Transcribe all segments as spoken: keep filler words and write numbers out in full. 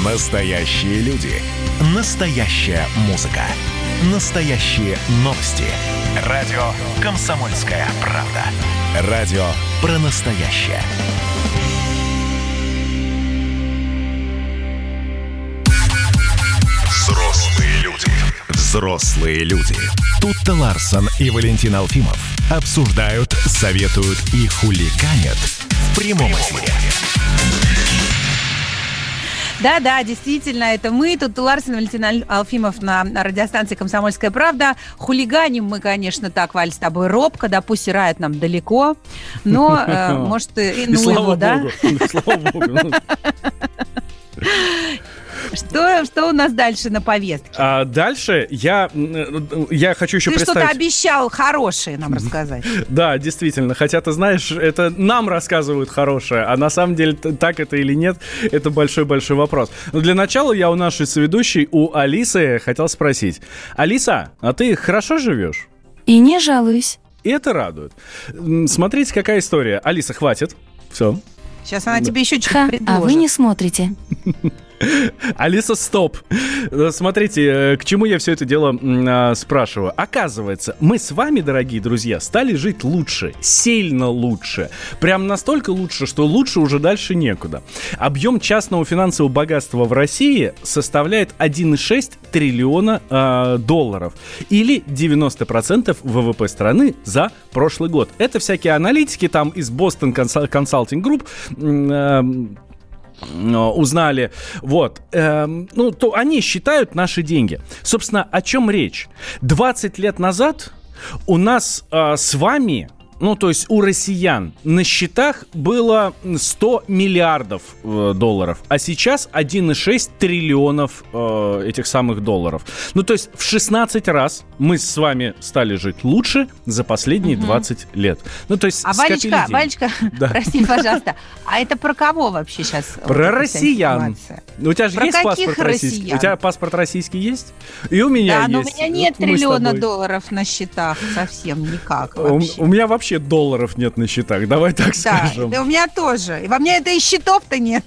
Настоящие люди. Настоящая музыка. Настоящие новости. Радио «Комсомольская правда». Радио про настоящее. Взрослые люди. Взрослые люди. Тутта Ларсон и Валентин Алфимов обсуждают, советуют и хулиганят в прямом эфире. Да-да, действительно, это мы. Тут Ларсон, Валентин Алфимов на радиостанции «Комсомольская правда». Хулиганим мы, конечно, так, Валь, с тобой робко, да, пусть Райт нам далеко, но, э, может, и ну его, да? Слава богу. Что, что у нас дальше на повестке? А дальше я, я хочу еще ты представить... Ты что-то обещал хорошее нам рассказать. Да, действительно. Хотя, ты знаешь, это нам рассказывают хорошее, а на самом деле так это или нет, это большой-большой вопрос. Но для начала я у нашей соведущей, у Алисы, хотел спросить. Алиса, а ты хорошо живешь? И не жалуюсь. И это радует. Смотрите, какая история. Алиса, хватит. Все. Сейчас она тебе еще что-то предложит. А вы не смотрите. Алиса, стоп. Смотрите, к чему я все это дело а, спрашиваю. Оказывается, мы с вами, дорогие друзья, стали жить лучше, сильно лучше. Прям настолько лучше, что лучше уже дальше некуда. Объем частного финансового богатства в России составляет один целых шесть десятых триллиона а, долларов. Или девяносто процентов ВВП страны за прошлый год. Это всякие аналитики там из Boston Consulting Group а, узнали, вот, эм, ну, то они считают наши деньги. Собственно, о чем речь? двадцать лет назад у нас э, с вами, ну, то есть у россиян на счетах было сто миллиардов э, долларов, а сейчас один целых шесть десятых триллионов э, этих самых долларов. Ну, то есть в шестнадцать раз мы с вами стали жить лучше за последние угу. двадцать лет. Ну, то есть а Валечка, Валечка, да. прости, пожалуйста, а это про кого вообще сейчас? Про вот россиян. Ну, у тебя же про есть паспорт россиян? российский? У тебя паспорт российский есть? И у меня да, есть. Да, но у меня нет вот триллиона долларов на счетах совсем никак вообще. У, у меня вообще долларов нет на счетах, давай так да, скажем. Да, у меня тоже. И во мне это и счетов-то нет.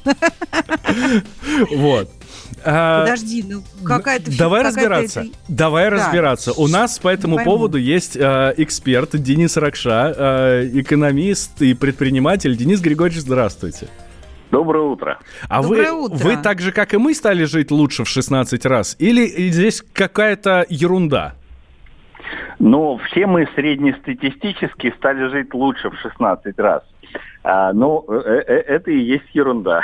Вот. Подожди, ну какая-то... Давай какая-то разбираться. Это... Давай да. разбираться. У нас по этому поводу есть э, эксперт Денис Ракша, э, экономист и предприниматель. Денис Григорьевич, здравствуйте. Доброе утро. А Доброе вы, утро. вы так же, как и мы, стали жить лучше в шестнадцать раз? Или, или здесь какая-то ерунда? Ну, все мы среднестатистически стали жить лучше в шестнадцать раз. А, ну, это и есть ерунда.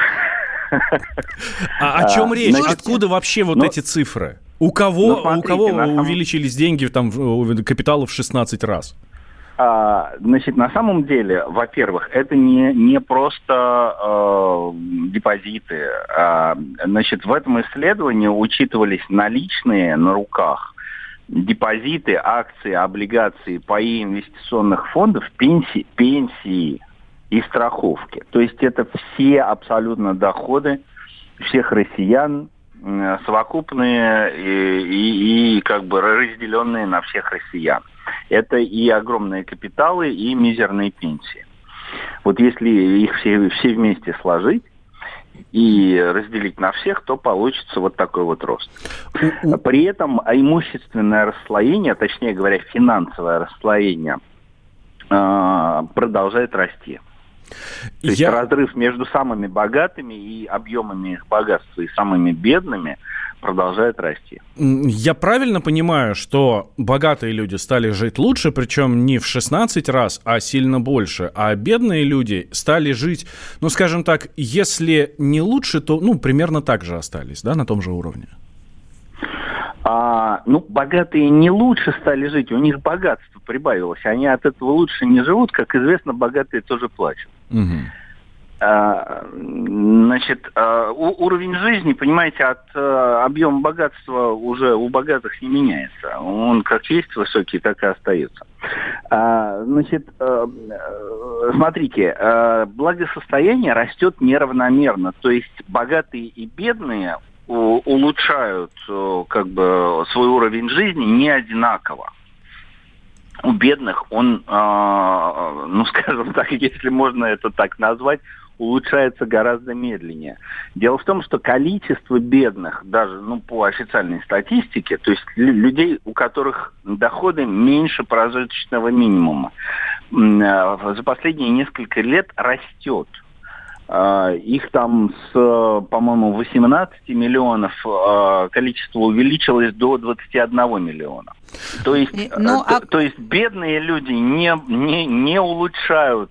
А о чем а, речь? Значит, Откуда вообще вот ну, эти цифры? У кого, ну, смотрите, у кого самом... увеличились деньги, там, капиталы в шестнадцать раз? А, значит, на самом деле, во-первых, это не, не просто э, депозиты. А, значит, в этом исследовании учитывались наличные на руках, депозиты, акции, облигации, паи инвестиционных фондов, пенсии, пенсии и страховки. То есть это все абсолютно доходы всех россиян, совокупные и, и, и как бы разделенные на всех россиян. Это и огромные капиталы, и мизерные пенсии. Вот если их все, все вместе сложить и разделить на всех, то получится вот такой вот рост. При этом имущественное расслоение, точнее говоря, финансовое расслоение, продолжает расти. То есть Я... разрыв между самыми богатыми и объемами их богатства и самыми бедными продолжает расти. Я правильно понимаю, что богатые люди стали жить лучше, причем не в шестнадцать раз, а сильно больше, а бедные люди стали жить, ну, скажем так, если не лучше, то, ну, примерно так же остались, да, на том же уровне? А, ну, богатые не лучше стали жить, у них богатство прибавилось. Они от этого лучше не живут. Как известно, богатые тоже плачут. Угу. А, значит, а, у, уровень жизни, понимаете, от а, объема богатства уже у богатых не меняется. Он как есть высокий, так и остается. А, значит, а, смотрите, а, благосостояние растет неравномерно. То есть богатые и бедные улучшают как бы свой уровень жизни не одинаково. У бедных он, э, ну скажем так, если можно это так назвать, улучшается гораздо медленнее. Дело в том, что количество бедных, даже ну, по официальной статистике, то есть людей, у которых доходы меньше прожиточного минимума, за последние несколько лет растет. Их там с, по-моему, восемнадцати миллионов количество увеличилось до двадцати одного миллиона. То есть, ну, а... то, то есть бедные люди не, не, не улучшают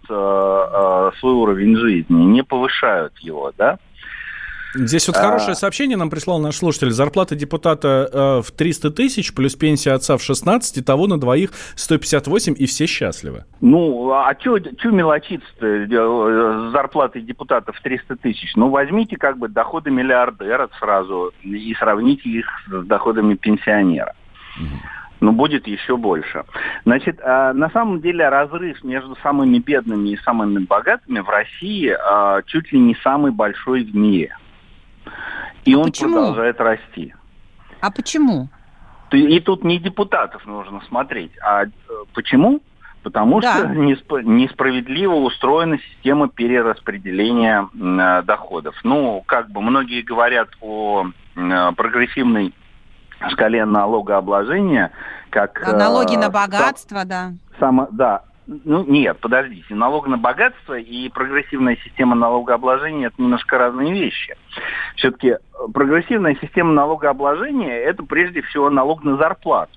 э, свой уровень жизни, не повышают его, да? Здесь вот хорошее сообщение нам прислал наш слушатель. Зарплата депутата э, в триста тысяч, плюс пенсия отца в шестнадцать, того на двоих сто пятьдесят восемь, и все счастливы. Ну, а что мелочиться-то с зарплатой депутата в триста тысяч? Ну, возьмите как бы доходы миллиардера сразу и сравните их с доходами пенсионера. Угу. Ну, будет еще больше. Значит, э, на самом деле разрыв между самыми бедными и самыми богатыми в России э, чуть ли не самый большой в мире. И а он почему? Продолжает расти. А почему? И тут не депутатов нужно смотреть. А почему? Потому да. что несправедливо устроена система перераспределения э, доходов. Ну, как бы многие говорят о э, прогрессивной шкале налогообложения, как... А налоги э, на богатство, сам, да. Само, да. Ну, нет, подождите. Налог на богатство и прогрессивная система налогообложения – это немножко разные вещи. Все-таки прогрессивная система налогообложения – это прежде всего налог на зарплату,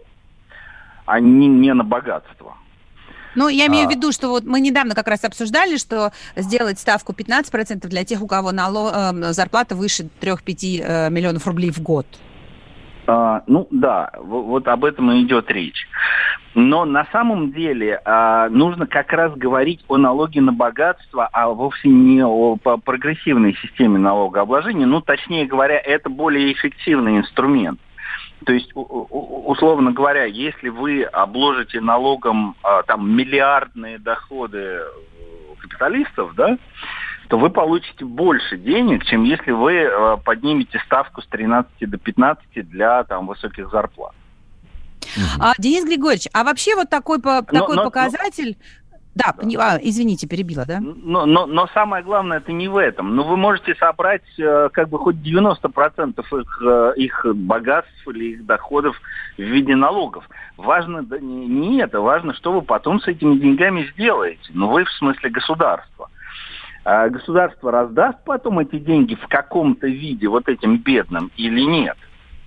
а не, не на богатство. Ну, я имею а... в виду, что вот мы недавно как раз обсуждали, что сделать ставку пятнадцать процентов для тех, у кого налог, э, зарплата выше три-пять э, миллионов рублей в год. А, ну, да, вот, вот об этом и идет речь. Но на самом деле а, нужно как раз говорить о налоге на богатство, а вовсе не о прогрессивной системе налогообложения. Ну, точнее говоря, это более эффективный инструмент. То есть, условно говоря, если вы обложите налогом а, там, миллиардные доходы капиталистов, да, то вы получите больше денег, чем если вы э, поднимете ставку с тринадцати до пятнадцати для там, высоких зарплат. А, Денис Григорьевич, а вообще вот такой, по, но, такой но, показатель... Но... Да, да. А, извините, перебила, да? Но, но, но самое главное, это не в этом. Но вы можете собрать э, как бы хоть девяносто процентов их, э, их богатств или их доходов в виде налогов. Важно да, не, не это, важно, что вы потом с этими деньгами сделаете. Ну, вы в смысле государства. А государство раздаст потом эти деньги в каком-то виде вот этим бедным или нет?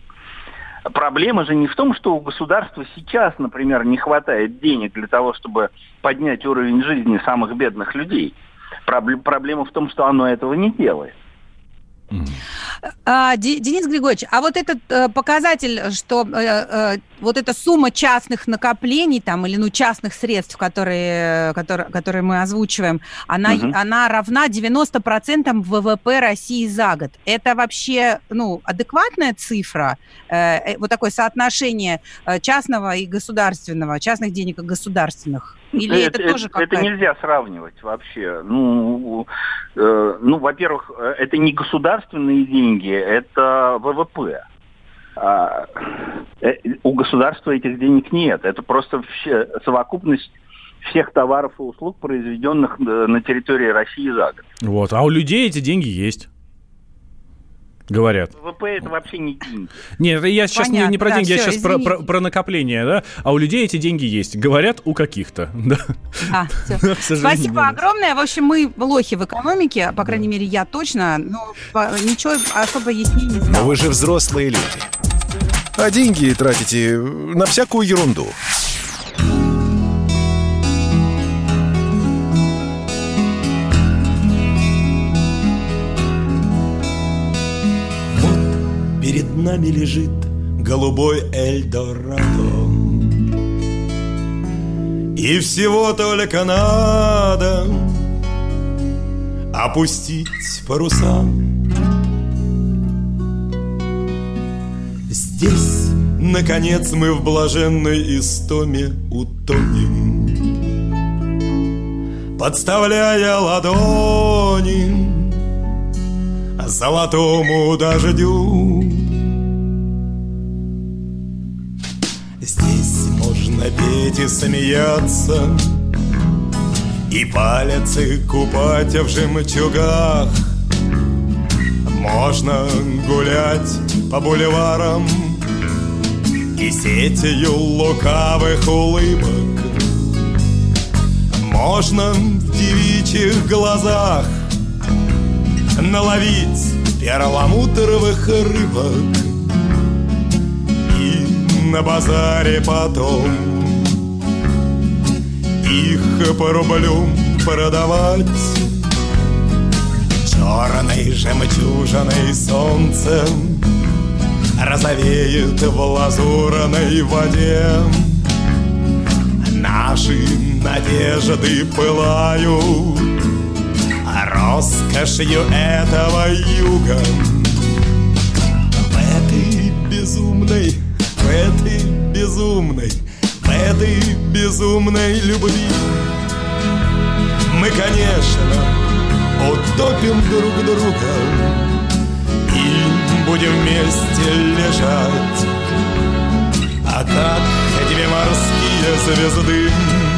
Проблема же не в том, что у государства сейчас, например, не хватает денег для того, чтобы поднять уровень жизни самых бедных людей. Проблема в том, что оно этого не делает. А, Денис Григорьевич, а вот этот э, показатель, что э, э, вот эта сумма частных накоплений там, или ну, частных средств, которые, которые, которые мы озвучиваем, она, угу. она равна девяноста процентам ВВП России за год. Это вообще ну, адекватная цифра? Э, вот такое соотношение частного и государственного, частных денег и государственных? Или это, это, тоже это нельзя сравнивать вообще. Ну, э, ну, во-первых, это не государственные деньги, это ВВП. А, э, у государства этих денег нет. Это просто все, совокупность всех товаров и услуг, произведенных на территории России за год. Вот. А у людей эти деньги есть. Говорят. ВВП это вообще не деньги. Нет, я сейчас не, не про да, деньги, все, я сейчас про, про, про накопление, да? А у людей эти деньги есть. Говорят, у каких-то. Да. А, все. Спасибо огромное. В общем, мы лохи в экономике, по крайней мере, я точно, но ничего особо яснее не знаю. Но вы же взрослые люди. А деньги тратите на всякую ерунду. Перед нами лежит голубой Эльдорадо, и всего только надо опустить паруса. Здесь, наконец, мы в блаженной истоме утонем, подставляя ладони золотому дождю. Здесь можно петь и смеяться, и пальцы купать в жемчугах. Можно гулять по бульварам и сетью лукавых улыбок. Можно в девичьих глазах наловить перламутровых рыбок и на базаре потом их по рублю продавать. Черной жемчужиной солнцем розовеет в лазурной воде. Наши надежды пылают роскошью этого юга. В этой безумной, в этой безумной, в этой безумной любви мы, конечно, утопим друг друга и будем вместе лежать. А как две морские звезды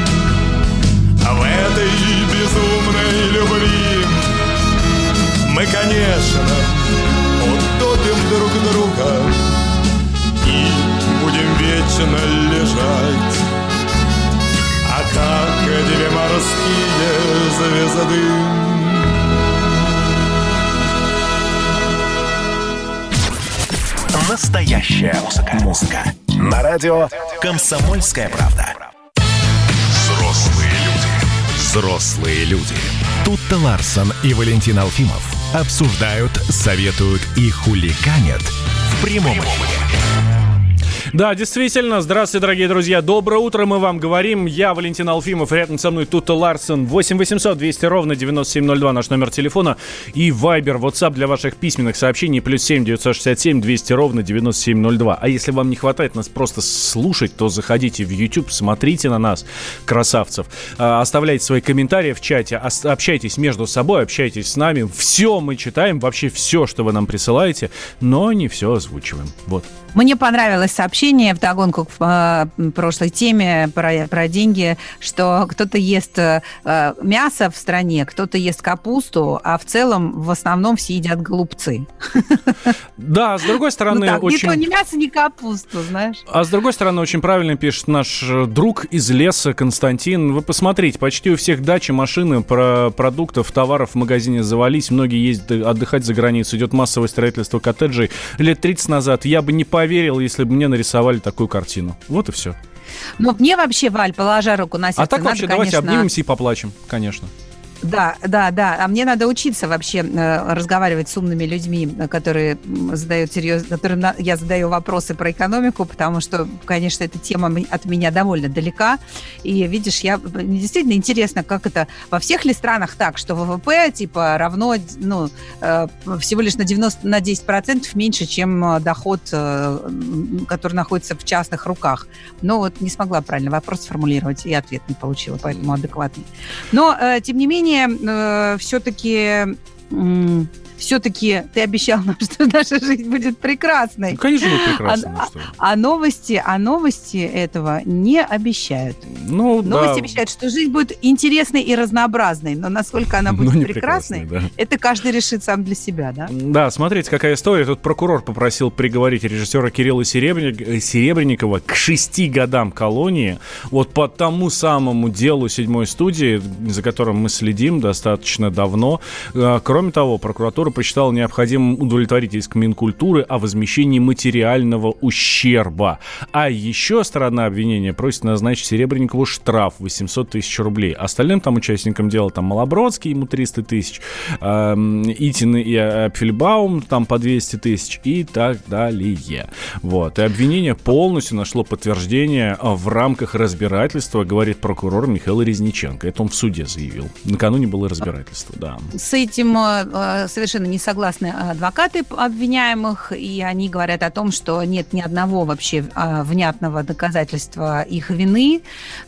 в этой безумной любви мы, конечно, утопим друг друга и будем вечно лежать. А как две морские звезды. Настоящая музыка. Музыка. На радио «Комсомольская правда». Взрослые люди. Взрослые люди. Тутта Ларсон и Валентин Алфимов обсуждают, советуют и хулиганят в прямом эфире. Да, действительно. Здравствуйте, дорогие друзья. Доброе утро, мы вам говорим. Я Валентин Алфимов, рядом со мной Тутта Ларсон. восемь восемьсот двести ровно девяносто семь ноль два наш номер телефона. И Вайбер, WhatsApp для ваших письменных сообщений. Плюс семь девятьсот шестьдесят семь двести ровно девяносто семь ноль два. А если вам не хватает нас просто слушать, то заходите в YouTube, смотрите на нас, красавцев. Оставляйте свои комментарии в чате, общайтесь между собой, общайтесь с нами. Все мы читаем, вообще все, что вы нам присылаете, но не все озвучиваем. Вот. Мне понравилось сообщение вдогонку к э, прошлой теме про, про деньги, что кто-то ест э, мясо в стране, кто-то ест капусту, а в целом в основном все едят голубцы. Да, с другой стороны... Ну так, очень... ни то, ни мясо, ни капусту, знаешь. А с другой стороны, очень правильно пишет наш друг из леса Константин. Вы посмотрите, почти у всех дачи, машины, про продуктов, товаров в магазине завались. Многие ездят отдыхать за границу. Идет массовое строительство коттеджей. Лет тридцать назад я бы не поверил, если бы мне нарисовали такую картину. Вот и все. Ну, мне вообще, Валь, положа руку на сердце, А так надо, вообще, давайте конечно... обнимемся и поплачем, конечно. Да, да, да. А мне надо учиться вообще э, разговаривать с умными людьми, которые задают серьезно, которым на, я задаю вопросы про экономику, потому что, конечно, эта тема от меня довольно далека. И видишь, я мне действительно интересно, как это во всех ли странах так, что ВВП типа равно, ну, э, всего лишь на девяносто, на десять процентов меньше, чем доход, э, который находится в частных руках. Но вот не смогла правильно вопрос сформулировать и ответ не получила, поэтому адекватный. Но э, тем не менее Э, все-таки, э, все-таки ты обещал нам, что наша жизнь будет прекрасной. Ну, конечно, будет прекрасной. А, ну, а, новости, а новости этого не обещают. Ну, новости да. обещают, что жизнь будет интересной и разнообразной, но насколько она будет прекрасной, да. Это каждый решит сам для себя, да? Да, смотрите, какая история. Тут прокурор попросил приговорить режиссера Кирилла Серебренник, Серебренникова к шести годам колонии. Вот по тому самому делу седьмой студии, за которым мы следим достаточно давно. Кроме того, прокуратура посчитала необходимым удовлетворить иск Минкультуры о возмещении материального ущерба. А еще сторона обвинения просит назначить Серебренникову штраф восемьсот тысяч рублей. Остальным там участникам дела там Малобродский, ему триста тысяч, э, Итин и Апфельбаум там по двести тысяч и так далее. Вот. И обвинение полностью нашло подтверждение в рамках разбирательства, говорит прокурор Михаил Резниченко. Это он в суде заявил. Накануне было разбирательство, да. С этим э, совершенно совершенно не согласны адвокаты обвиняемых, и они говорят о том, что нет ни одного вообще внятного доказательства их вины.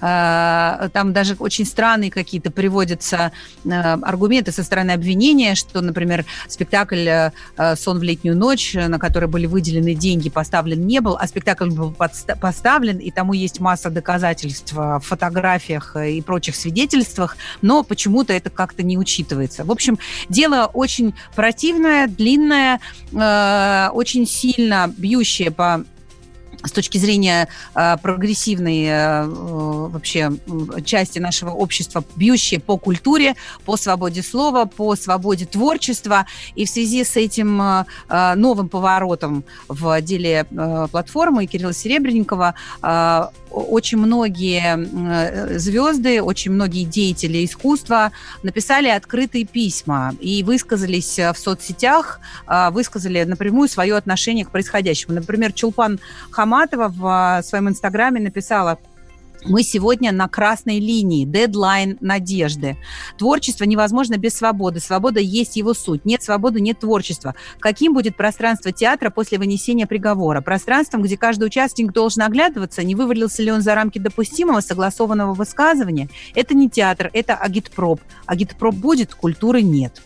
Там даже очень странные какие-то приводятся аргументы со стороны обвинения, что, например, спектакль «Сон в летнюю ночь», на который были выделены деньги, поставлен не был, а спектакль был поставлен, и тому есть масса доказательств в фотографиях и прочих свидетельствах, но почему-то это как-то не учитывается. В общем, дело очень противное, длинное, э, очень сильно бьющее по с точки зрения э, прогрессивной э, вообще части нашего общества, бьющие по культуре, по свободе слова, по свободе творчества. И в связи с этим э, новым поворотом в деле э, платформы Кирилла Серебренникова э, очень многие звезды, очень многие деятели искусства написали открытые письма и высказались в соцсетях, высказали напрямую свое отношение к происходящему. Например, Чулпан Хаматова в своем инстаграме написала: «Мы сегодня на красной линии, дедлайн надежды. Творчество невозможно без свободы. Свобода есть его суть. Нет свободы, нет творчества. Каким будет пространство театра после вынесения приговора? Пространством, где каждый участник должен оглядываться, не вывалился ли он за рамки допустимого, согласованного высказывания? Это не театр, это агитпроп. Агитпроп будет, культуры нет».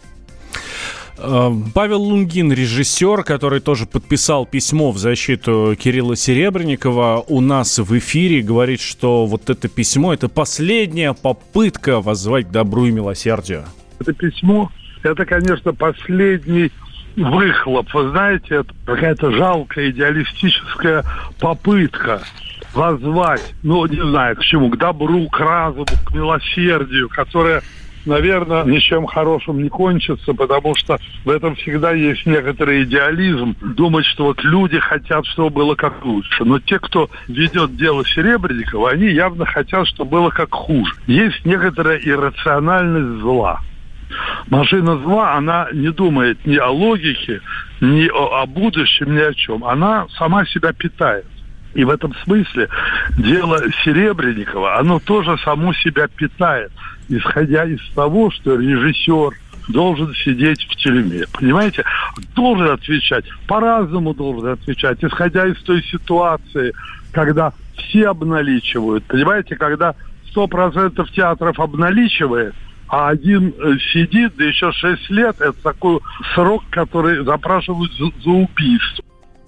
Павел Лунгин, режиссер, который тоже подписал письмо в защиту Кирилла Серебренникова, у нас в эфире говорит, что вот это письмо – это последняя попытка воззвать к добру и милосердию. Это письмо – это, конечно, последний выхлоп. Вы знаете, это какая-то жалкая идеалистическая попытка воззвать, ну, не знаю, к чему, к добру, к разуму, к милосердию, которое, наверное, ничем хорошим не кончится, потому что в этом всегда есть некоторый идеализм, думать, что вот люди хотят, чтобы было как лучше. Но те, кто ведет дело Серебренникова, они явно хотят, чтобы было как хуже. Есть некоторая иррациональность зла. Машина зла, она не думает ни о логике, ни о, о будущем, ни о чем. Она сама себя питает. И в этом смысле дело Серебренникова, оно тоже само себя питает, исходя из того, что режиссер должен сидеть в тюрьме. Понимаете? Должен отвечать, по-разному должен отвечать, исходя из той ситуации, когда все обналичивают. Понимаете, когда сто процентов театров обналичивает, а один сидит, да еще шесть лет, это такой срок, который запрашивают за, за убийство.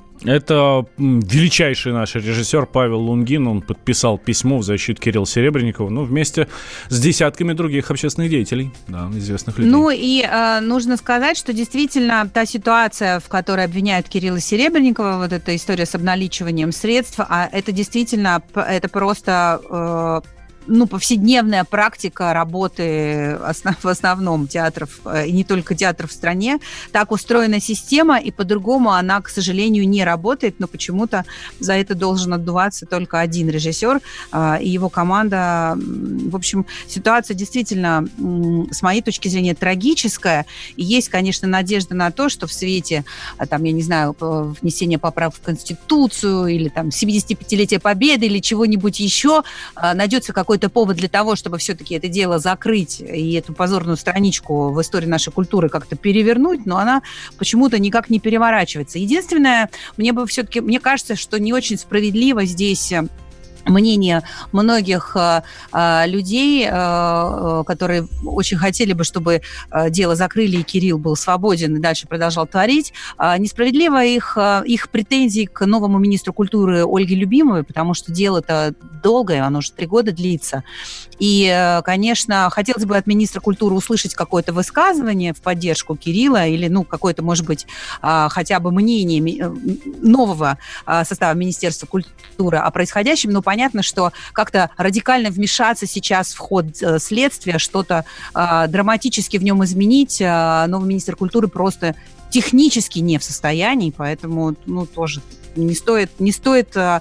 Это величайший наш режиссер Павел Лунгин. Он подписал письмо в защиту Кирилла Серебренникова, ну, вместе с десятками других общественных деятелей, да, известных людей. Ну, и э, нужно сказать, что действительно та ситуация, в которой обвиняют Кирилла Серебренникова, вот эта история с обналичиванием средств, а это действительно, это просто... Э, ну, повседневная практика работы основ, в основном театров, и не только театров в стране. Так устроена система, и по-другому она, к сожалению, не работает, но почему-то за это должен отдуваться только один режиссер и его команда. В общем, ситуация действительно, с моей точки зрения, трагическая. И есть, конечно, надежда на то, что в свете, там, я не знаю, внесения поправок в Конституцию или там семидесятипятилетия Победы или чего-нибудь еще, найдется какой-то повод для того, чтобы все-таки это дело закрыть и эту позорную страничку в истории нашей культуры как-то перевернуть, но она почему-то никак не переворачивается. Единственное, мне бы все-таки, мне кажется, что не очень справедливо здесь мнение многих э, людей, э, которые очень хотели бы, чтобы э, дело закрыли, и Кирилл был свободен и дальше продолжал творить. Э, несправедливо их, э, их претензии к новому министру культуры Ольге Любимовой, потому что дело-то долгое, оно уже три года длится. И, э, конечно, хотелось бы от министра культуры услышать какое-то высказывание в поддержку Кирилла или, ну, какое-то, может быть, э, хотя бы мнение нового э, состава Министерства культуры о происходящем, но понятно, Понятно, что как-то радикально вмешаться сейчас в ход э, следствия, что-то э, драматически в нем изменить, э, новый министр культуры просто технически не в состоянии, поэтому, ну, тоже не стоит, не стоит э,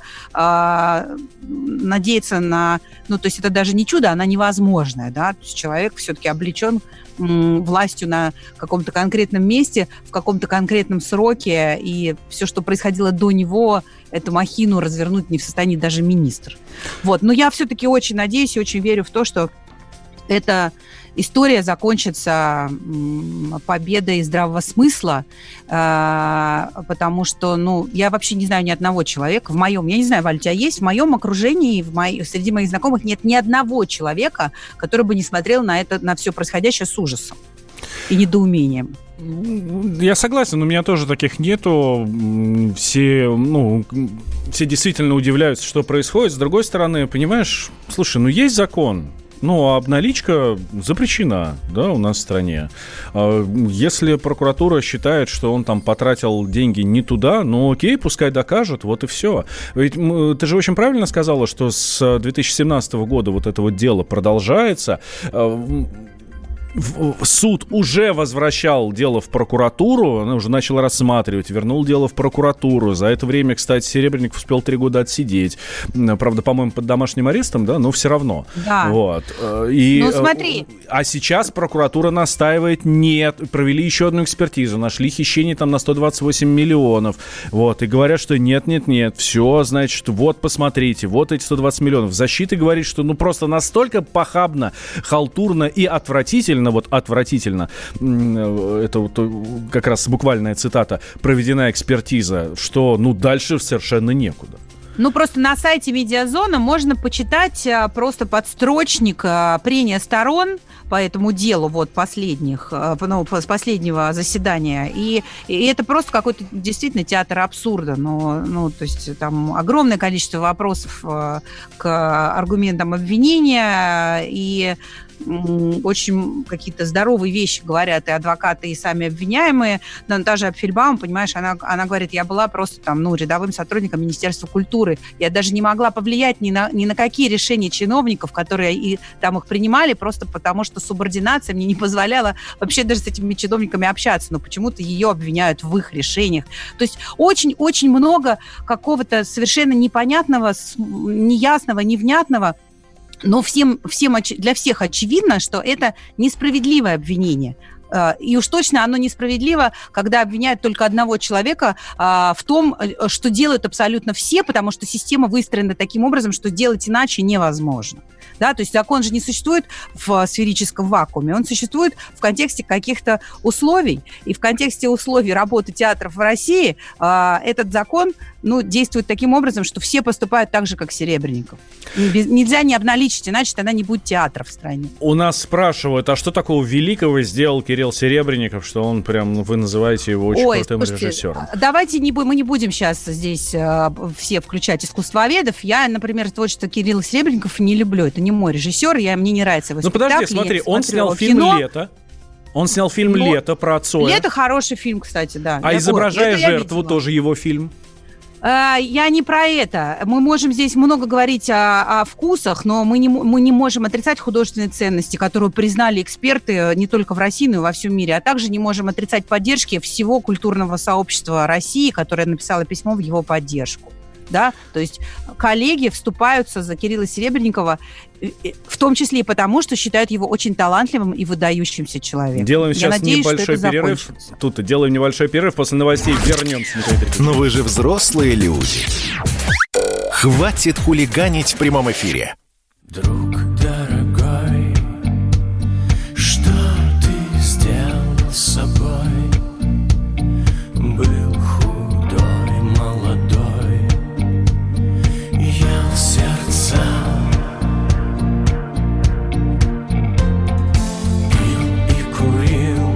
э, надеяться на... Ну, то есть это даже не чудо, она невозможная, да, то есть человек все-таки облечен м, властью на каком-то конкретном месте, в каком-то конкретном сроке, и все, что происходило до него, эту махину развернуть не в состоянии даже министр. Вот, но я все-таки очень надеюсь и очень верю в то, что эта история закончится победой здравого смысла, потому что, ну, я вообще не знаю ни одного человека в моем, я не знаю, Валь, у тебя есть, в моем окружении, в моей, среди моих знакомых нет ни одного человека, который бы не смотрел на это, на все происходящее с ужасом и недоумением. Я согласен, у меня тоже таких нету. Все, ну, все действительно удивляются, что происходит. С другой стороны, понимаешь, слушай, ну есть закон. Ну, а обналичка запрещена, да, у нас в стране. Если прокуратура считает, что он там потратил деньги не туда, ну окей, пускай докажет, вот и все. Ведь ты же очень правильно сказала, что с две тысячи семнадцатого года вот это вот дело продолжается. Суд уже возвращал дело в прокуратуру, она уже начала рассматривать, вернул дело в прокуратуру. За это время, кстати, Серебренников успел три года отсидеть. Правда, по-моему, под домашним арестом, да, но все равно. Да. Вот. И, ну, смотри. А сейчас прокуратура настаивает, нет, провели еще одну экспертизу, нашли хищение там на сто двадцать восемь миллионов. Вот, и говорят, что нет-нет-нет, все, значит, вот, посмотрите, вот эти сто двадцать миллионов. Защита говорит, что ну просто настолько похабно, халтурно и отвратительно, вот отвратительно, это вот как раз буквальная цитата, проведена экспертиза, что ну дальше совершенно некуда. Ну, просто на сайте Медиазона можно почитать просто подстрочник прения сторон по этому делу, вот, последних, ну, с последнего заседания. И, и это просто какой-то действительно театр абсурда. Но, ну, то есть там огромное количество вопросов к аргументам обвинения, и очень какие-то здоровые вещи говорят и адвокаты, и сами обвиняемые. Но та же Апфельбаум, понимаешь, она, она говорит, я была просто там, ну, рядовым сотрудником Министерства культуры. Я даже не могла повлиять ни на, ни на какие решения чиновников, которые и там их принимали, просто потому что субординация мне не позволяла вообще даже с этими чиновниками общаться. Но почему-то ее обвиняют в их решениях. То есть очень-очень много какого-то совершенно непонятного, неясного, невнятного. Но всем, всем, для всех очевидно, что это несправедливое обвинение. И уж точно оно несправедливо, когда обвиняют только одного человека в том, что делают абсолютно все, потому что система выстроена таким образом, что делать иначе невозможно. Да? То есть закон же не существует в сферическом вакууме, он существует в контексте каких-то условий. И в контексте условий работы театров в России этот закон, ну, действует таким образом, что все поступают так же, как Серебренников. Нельзя не обналичить, иначе тогда не будет театра в стране. У нас спрашивают, а что такого великого сделал Кирилл Серебренников, что он прям, вы называете его очень Ой, крутым слушайте, режиссером? Давайте не, мы не будем сейчас здесь э, все включать искусствоведов. Я, например, творчество Кирилла Серебренникова не люблю. Это не мой режиссер, я, мне не нравится его Ну подожди, смотри, он снял фильм кино. «Лето». Он снял фильм Но... «Лето» про Цоя. «Лето» хороший фильм, кстати, да. А я «Изображая жертву» тоже его фильм. Я не про это. Мы можем здесь много говорить о, о вкусах, но мы не, мы не можем отрицать художественные ценности, которые признали эксперты не только в России, но и во всем мире. А также не можем отрицать поддержки всего культурного сообщества России, которое написало письмо в его поддержку. Да? То есть коллеги вступаются за Кирилла Серебренникова, в том числе и потому, что считают его очень талантливым и выдающимся человеком. Делаем сейчас Я надеюсь, небольшой перерыв. Закончится. Тут делаем небольшой перерыв. После новостей вернемся. Но вы же взрослые люди. Хватит хулиганить в прямом эфире. Друг дорогой, что ты сделал с собой? Был худой, молодой, ел сердца, пил и курил,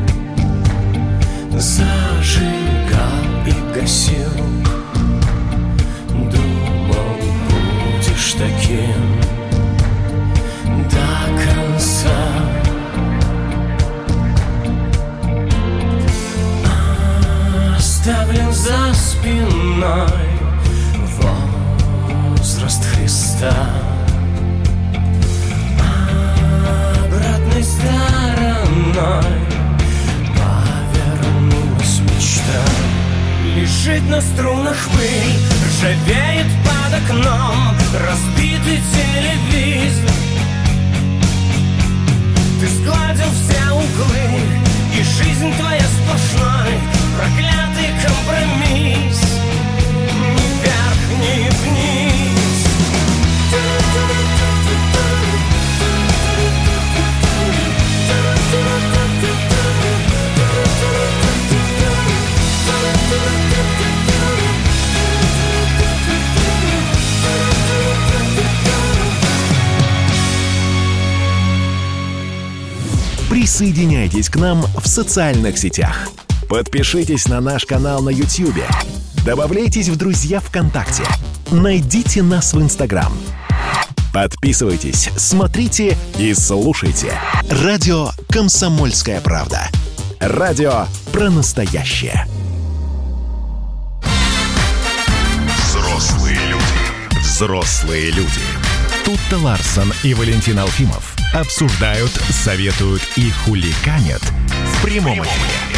зажигал и гасил. Думал, будешь таким до конца. Оставлен за спиной возраст Христа. Обратной стороной повернулась мечта. Лежит на струнах пыль, ржавеет под окном разбитый телевизор. Ты сгладил все углы, и жизнь твоя сплошной проклятый компромисс. Ни вверх, ни вниз. Присоединяйтесь к нам в социальных сетях. Подпишитесь на наш канал на YouTube. Добавляйтесь в друзья ВКонтакте. Найдите нас в Инстаграм. Подписывайтесь, смотрите и слушайте. Радио «Комсомольская правда». Радио про настоящее. Взрослые люди. Взрослые люди. Тутта Ларсон и Валентин Алфимов обсуждают, советуют и хулиганят в прямом эфире.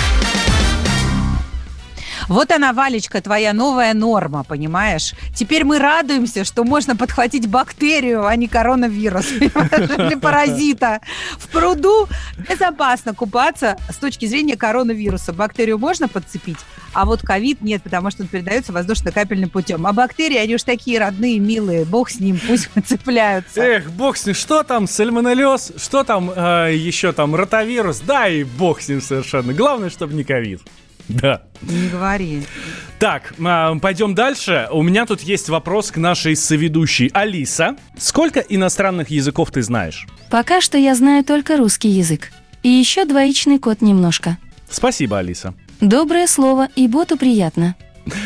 Вот она, Валечка, твоя новая норма, понимаешь? Теперь мы радуемся, что можно подхватить бактерию, а не коронавирус или паразита. В пруду безопасно купаться с точки зрения коронавируса. Бактерию можно подцепить, а вот ковид нет, потому что он передается воздушно-капельным путем. А бактерии, они уж такие родные, милые. Бог с ним, пусть цепляются. Эх, бог с ним. Что там, сальмонеллез? Что там э, еще там, ротавирус? Да и бог с ним совершенно. Главное, чтобы не ковид. Да. Не говори. Так, э, пойдем дальше. У меня тут есть вопрос к нашей соведущей. Алиса, сколько иностранных языков ты знаешь? Пока что я знаю только русский язык. И еще двоичный код немножко. Спасибо, Алиса. Доброе слово, и боту приятно.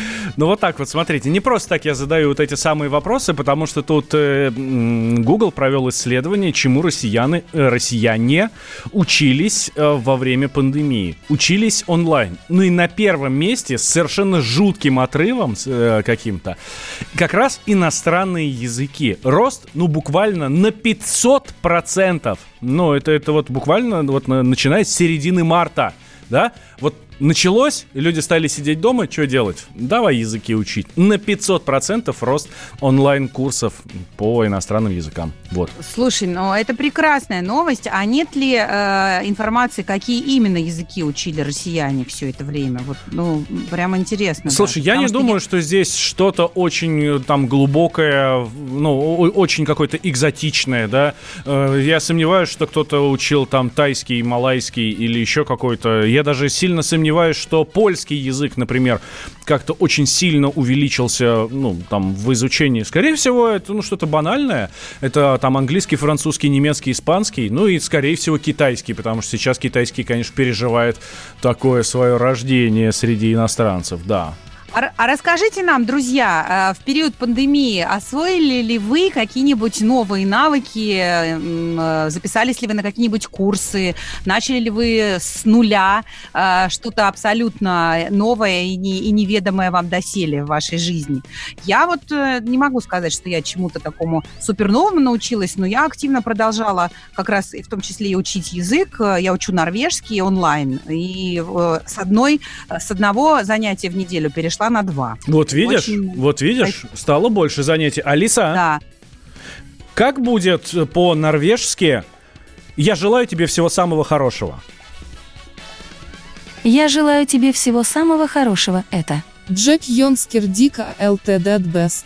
Ну вот так вот, смотрите, не просто так я задаю вот эти самые вопросы, потому что тут э, Google провел исследование, чему россияне, э, россияне учились э, во время пандемии. Учились онлайн. Ну и на первом месте с совершенно жутким отрывом э, каким-то как раз иностранные языки. Рост, ну буквально на пятьсот процентов. Ну это, это вот буквально вот начиная с середины марта, да? Вот началось, люди стали сидеть дома, что делать? Давай языки учить. На пятьсот процентов рост онлайн-курсов по иностранным языкам. Вот. Слушай, ну это прекрасная новость. А нет ли э, информации, какие именно языки учили россияне все это время? Вот, ну, прямо интересно. Слушай, даже, я не что думаю, я... что здесь что-то очень там глубокое, ну, очень какое-то экзотичное, да. Я сомневаюсь, что кто-то учил там тайский, малайский или еще какой-то. Я даже сильно сомневаюсь, что польский язык, например, как-то очень сильно увеличился, ну, там, в изучении. Скорее всего, это, ну, что-то банальное. Это там английский, французский, немецкий, испанский, ну и, скорее всего, китайский, потому что сейчас китайский, конечно, переживает такое свое рождение среди иностранцев, да. А, а расскажите нам, друзья, в период пандемии освоили ли вы какие-нибудь новые навыки, записались ли вы на какие-нибудь курсы, начали ли вы с нуля что-то абсолютно новое и, не, и неведомое вам доселе в вашей жизни? Я вот не могу сказать, что я чему-то такому суперновому научилась, но я активно продолжала как раз и в том числе и учить язык. Я учу норвежский онлайн, и с, одной, с одного занятия в неделю перешла на два. Вот видишь, Очень... вот видишь, стало больше занятий. Алиса, да. Как будет по-норвежски «Я желаю тебе всего самого хорошего»? Я желаю тебе всего самого хорошего. Это Джек Йонскер Дика ЛТД Бест.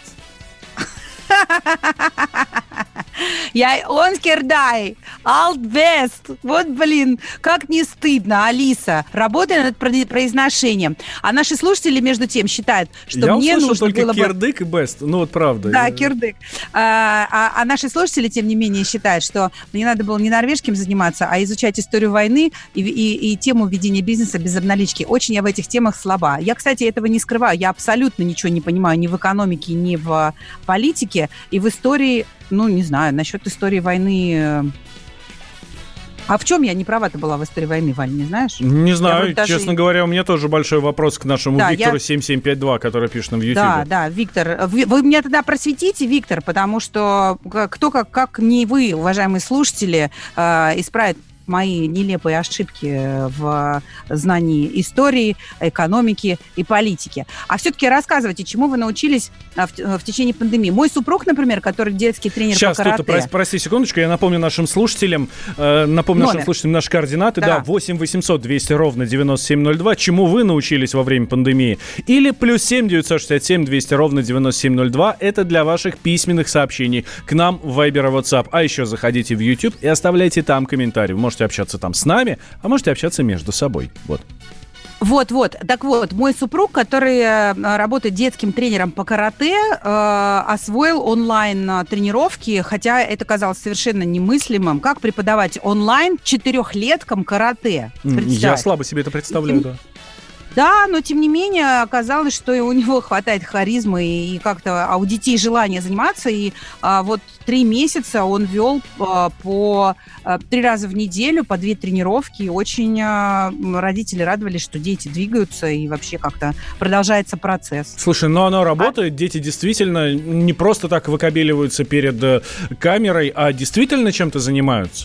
Я онскердай, алтбест. Вот, блин, как не стыдно, Алиса. Работая над произношением. А наши слушатели, между тем, считают, что Я мне нужно только было бы... кирдык и бест. Ну, вот правда. Да, кирдык. А, а, а наши слушатели, тем не менее, считают, что мне надо было не норвежским заниматься, а изучать историю войны и, и, и тему ведения бизнеса без обналички. Очень я в этих темах слаба. Я, кстати, этого не скрываю. Я абсолютно ничего не понимаю ни в экономике, ни в политике. И в истории, ну, не знаю, насчет истории войны... А в чем я не права-то была в истории войны, Валь, не знаешь? Не знаю, даже... честно говоря, у меня тоже большой вопрос к нашему да, Виктору я... семь семь пять два, который пишет нам в Ютубе. Да, да, Виктор, вы, вы меня тогда просветите, Виктор, потому что кто как, как не вы, уважаемые слушатели, э, исправит мои нелепые ошибки в знании истории, экономики и политики. А все-таки рассказывайте, чему вы научились в, в течение пандемии. Мой супруг, например, который детский тренер Сейчас, по карате... Сейчас, прости, прости секундочку, я напомню нашим слушателям, э, напомню Номер. нашим слушателям наши координаты, да, да восемь восемьсот двести ровно девяносто семь ноль два, чему вы научились во время пандемии, или плюс семь девятьсот шестьдесят семь двести ровно девяносто семь ноль два, это для ваших письменных сообщений к нам в Viber и WhatsApp. А еще заходите в YouTube и оставляйте там комментарии. Вы можете общаться там с нами, а можете общаться между собой. Вот. Вот-вот. Так вот, мой супруг, который работает детским тренером по карате, э, освоил онлайн-тренировки, хотя это казалось совершенно немыслимым. Как преподавать онлайн четырехлеткам карате? Я слабо себе это представляю, да. Да, но тем не менее оказалось, что у него хватает харизмы и как-то а у детей желание заниматься. И а, вот три месяца он вел а, по а, три раза в неделю, по две тренировки. И очень а, родители радовались, что дети двигаются и вообще как-то продолжается процесс. Слушай, но оно работает. А? Дети действительно не просто так выкобеливаются перед камерой, а действительно чем-то занимаются.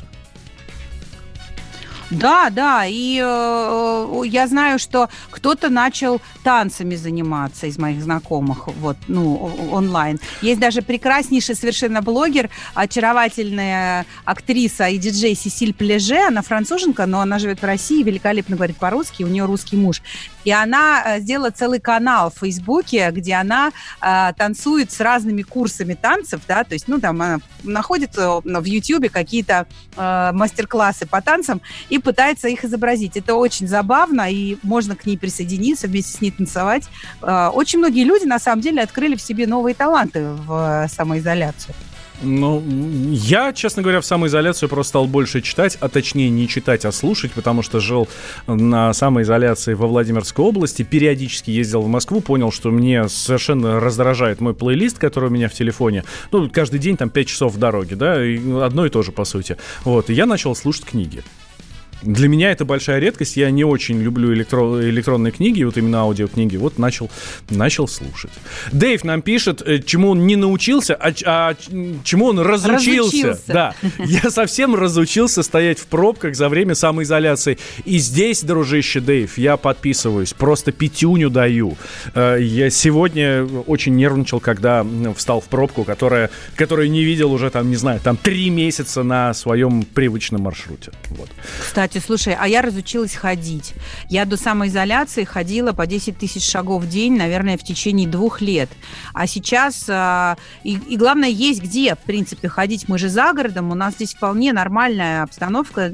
Да, да, и э, я знаю, что кто-то начал танцами заниматься из моих знакомых, вот, ну, онлайн. Есть даже прекраснейший совершенно блогер, очаровательная актриса и диджей Сесиль Плеже, она француженка, но она живет в России, великолепно говорит по-русски, у нее русский муж. И она сделала целый канал в Фейсбуке, где она э, танцует с разными курсами танцев, да, то есть, ну, там она находит в Ютьюбе какие-то э, мастер-классы по танцам и пытается их изобразить. Это очень забавно, и можно к ней присоединиться, вместе с ней танцевать. Э, очень многие люди, на самом деле, открыли в себе новые таланты в э, самоизоляцию. Ну, я, честно говоря, в самоизоляцию просто стал больше читать, а точнее не читать, а слушать, потому что жил на самоизоляции во Владимирской области, периодически ездил в Москву, понял, что мне совершенно раздражает мой плейлист, который у меня в телефоне. Ну, каждый день там пять часов в дороге, да, и одно и то же, по сути. Вот, и я начал слушать книги. Для меня это большая редкость. Я не очень люблю электро- электронные книги, вот именно аудиокниги. Вот начал, начал слушать. Дэйв нам пишет, чему он не научился, а, а чему он разучился. разучился. Да, я совсем разучился стоять в пробках за время самоизоляции. И здесь, дружище Дэйв, я подписываюсь. Просто пятюню даю. Я сегодня очень нервничал, когда встал в пробку, которая, которую не видел уже, там, не знаю, там три месяца на своем привычном маршруте. Вот. Кстати, слушай, а я разучилась ходить. Я до самоизоляции ходила по десять тысяч шагов в день, наверное, в течение двух лет. А сейчас, а, и, и главное, есть где, в принципе, ходить. Мы же за городом, у нас здесь вполне нормальная обстановка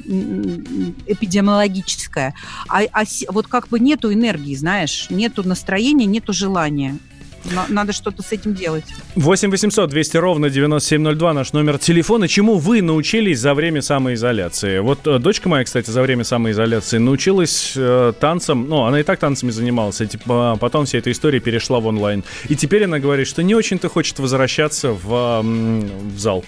эпидемиологическая. А, а вот как бы нету энергии, знаешь, нету настроения, нету желания. Надо что-то с этим делать. восемь восемьсот двести ровно девяносто семь ноль два наш номер телефона. Чему вы научились за время самоизоляции? Вот дочка моя, кстати, за время самоизоляции научилась э, танцам. Ну, она и так танцами занималась, и типа, потом вся эта история перешла в онлайн. И теперь она говорит, что не очень-то хочет возвращаться в, в зал.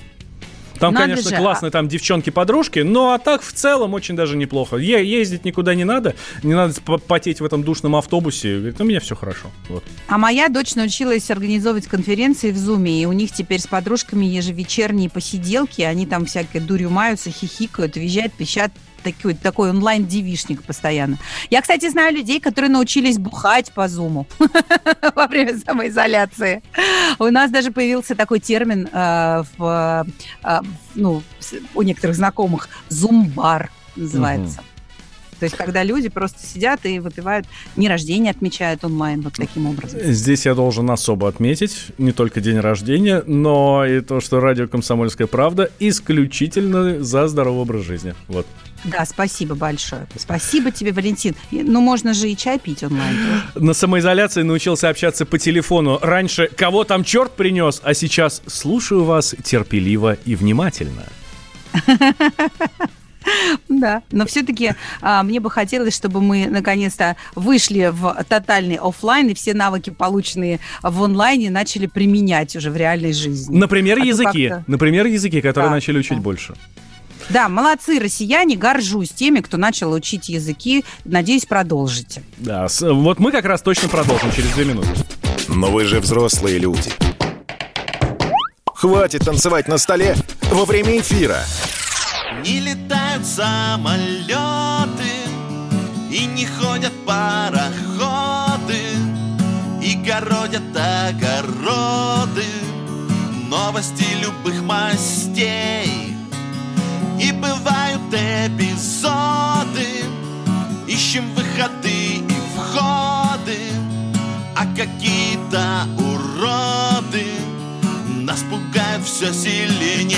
Там, надо конечно, же. классно, там девчонки-подружки, но а так в целом очень даже неплохо. Е- ездить никуда не надо, не надо потеть в этом душном автобусе. Говорит, у меня все хорошо. Вот. А моя дочь научилась организовывать конференции в Зуме, и у них теперь с подружками ежевечерние посиделки, они там всякой дурью маются, хихикают, визжат, пищат. Такой, такой онлайн-девишник постоянно. Я, кстати, знаю людей, которые научились бухать по Зуму во время самоизоляции. У нас даже появился такой термин э, в, э, ну, у некоторых знакомых «зум-бар» называется. Угу. То есть, когда люди просто сидят и выпивают, дни рождения отмечают онлайн вот таким образом. Здесь я должен особо отметить не только день рождения, но и то, что радио «Комсомольская правда» исключительно за здоровый образ жизни. Вот. Да, спасибо большое. Спасибо тебе, Валентин. Ну, можно же и чай пить онлайн тоже. На самоизоляции научился общаться по телефону. Раньше кого там черт принес, а сейчас слушаю вас терпеливо и внимательно. Да, но все-таки а, мне бы хотелось, чтобы мы наконец-то вышли в тотальный офлайн и все навыки, полученные в онлайне, начали применять уже в реальной жизни. Например, а языки. Например, языки, которые да, начали учить да. больше. Да, молодцы, россияне, горжусь теми, кто начал учить языки. Надеюсь, продолжите. Да, вот мы как раз точно продолжим через две минуты. Но вы же взрослые люди. Хватит танцевать на столе во время эфира. Не летают самолеты и не ходят пароходы, и городят огороды, новости любых мастей. И бывают эпизоды, ищем выходы и входы, а какие-то уроды нас пугают все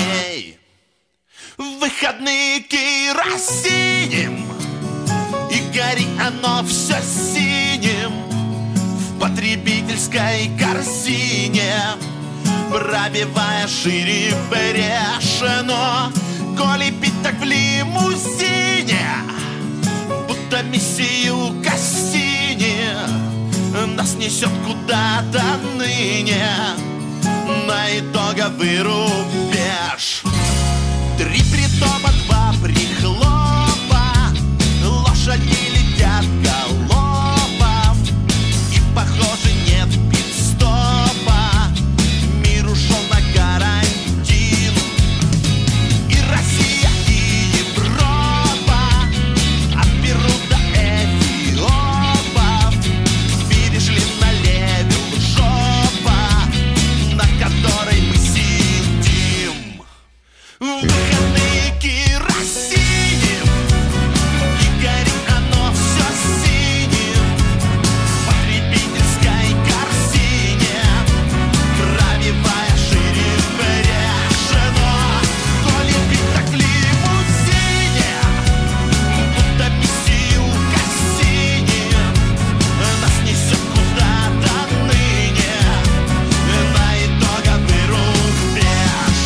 В выходные керосинем и горит оно все синим в потребительской корзине, пробивая шире брешь. Но коли пить так в лимузине, будто миссию Кассини, нас несет куда-то ныне на итоговый рубеж. Три притопа, два прихлопа, лошади летят галопом, и, похоже, нет пит-стопа. Мир ушел на карантин, и Россия, и Европа от Перу до Эфиопа перешли на левел жопа, на которой мы сидим. Выходные керосинем, и горит оно все синим в потребительской корзине, пробивая шире брешь. Но коли пить так в лимузине, будто миссию Кассини, нас несет куда-то ныне на итоговый рубеж.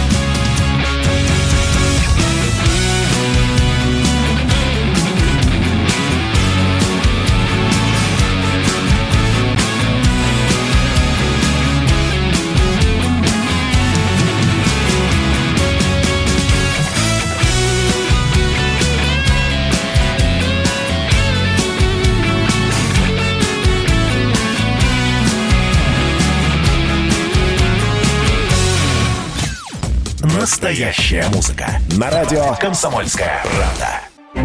Настоящая музыка. На радио «Комсомольская правда».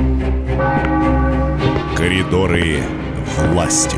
Коридоры власти.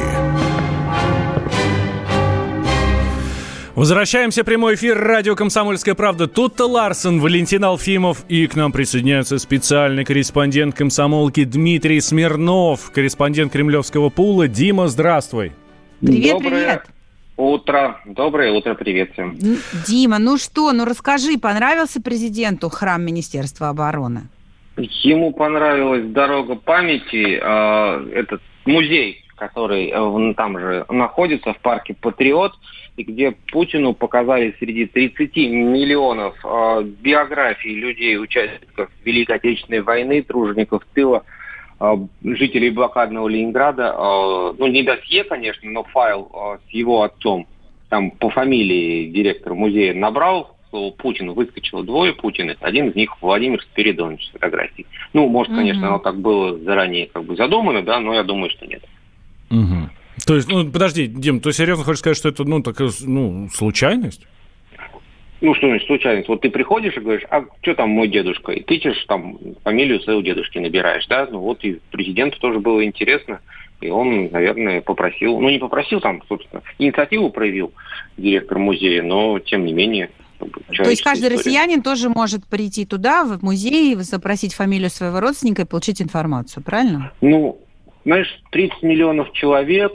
Возвращаемся в прямой эфир радио «Комсомольская правда». Тут Ларсон, Валентин Алфимов. И к нам присоединяется специальный корреспондент комсомолки Дмитрий Смирнов, корреспондент кремлевского пула. Дима, здравствуй. Привет, Доброе привет. утро. Доброе утро, привет всем. М, Дима, ну что, ну расскажи, понравился президенту храм Министерства обороны? Ему понравилась дорога памяти, э, этот музей, который э, вон там же находится в парке «Патриот», и где Путину показали среди тридцати миллионов э, биографий людей, участников Великой Отечественной войны, тружеников тыла, э, жителей блокадного Ленинграда. Э, ну, не досье, конечно, но файл э, с его отцом. Там по фамилии директор музея набрал слово «Путин», выскочило двое Путиных, один из них Владимир Спиридонович с фотографией. Ну, может, конечно, Мгм. оно так было заранее как бы задумано, да, но я думаю, что нет. Мгм. То есть, ну, подожди, Дим, ты серьезно хочешь сказать, что это, ну, такая, ну, случайность? Ну, что значит случайность? Вот ты приходишь и говоришь, а что там мой дедушка? И тычешь там фамилию своего дедушки набираешь, да? Ну, вот и президенту тоже было интересно. И он, наверное, попросил, ну, не попросил, там, собственно, инициативу проявил директор музея, но, тем не менее... как бы, То есть каждый человеческая история. россиянин тоже может прийти туда, в музей, запросить фамилию своего родственника и получить информацию, правильно? Ну, знаешь, тридцать миллионов человек,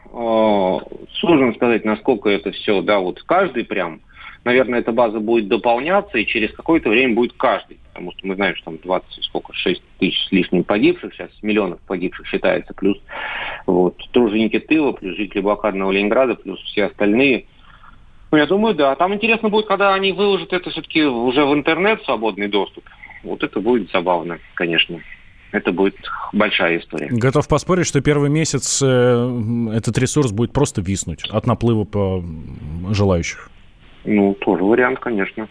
э, сложно сказать, насколько это все, да, вот каждый прям, наверное, эта база будет дополняться, и через какое-то время будет каждый, потому что мы знаем, что там двадцать, сколько, шесть тысяч с лишним погибших, сейчас миллионов погибших считается, плюс вот труженики тыла, плюс жители блокадного Ленинграда, плюс все остальные. Ну, я думаю, да. Там интересно будет, когда они выложат это все-таки уже в интернет, свободный доступ. Вот это будет забавно, конечно. Это будет большая история. Готов поспорить, что первый месяц э, этот ресурс будет просто виснуть от наплыва по желающих. Ну, тоже вариант, конечно.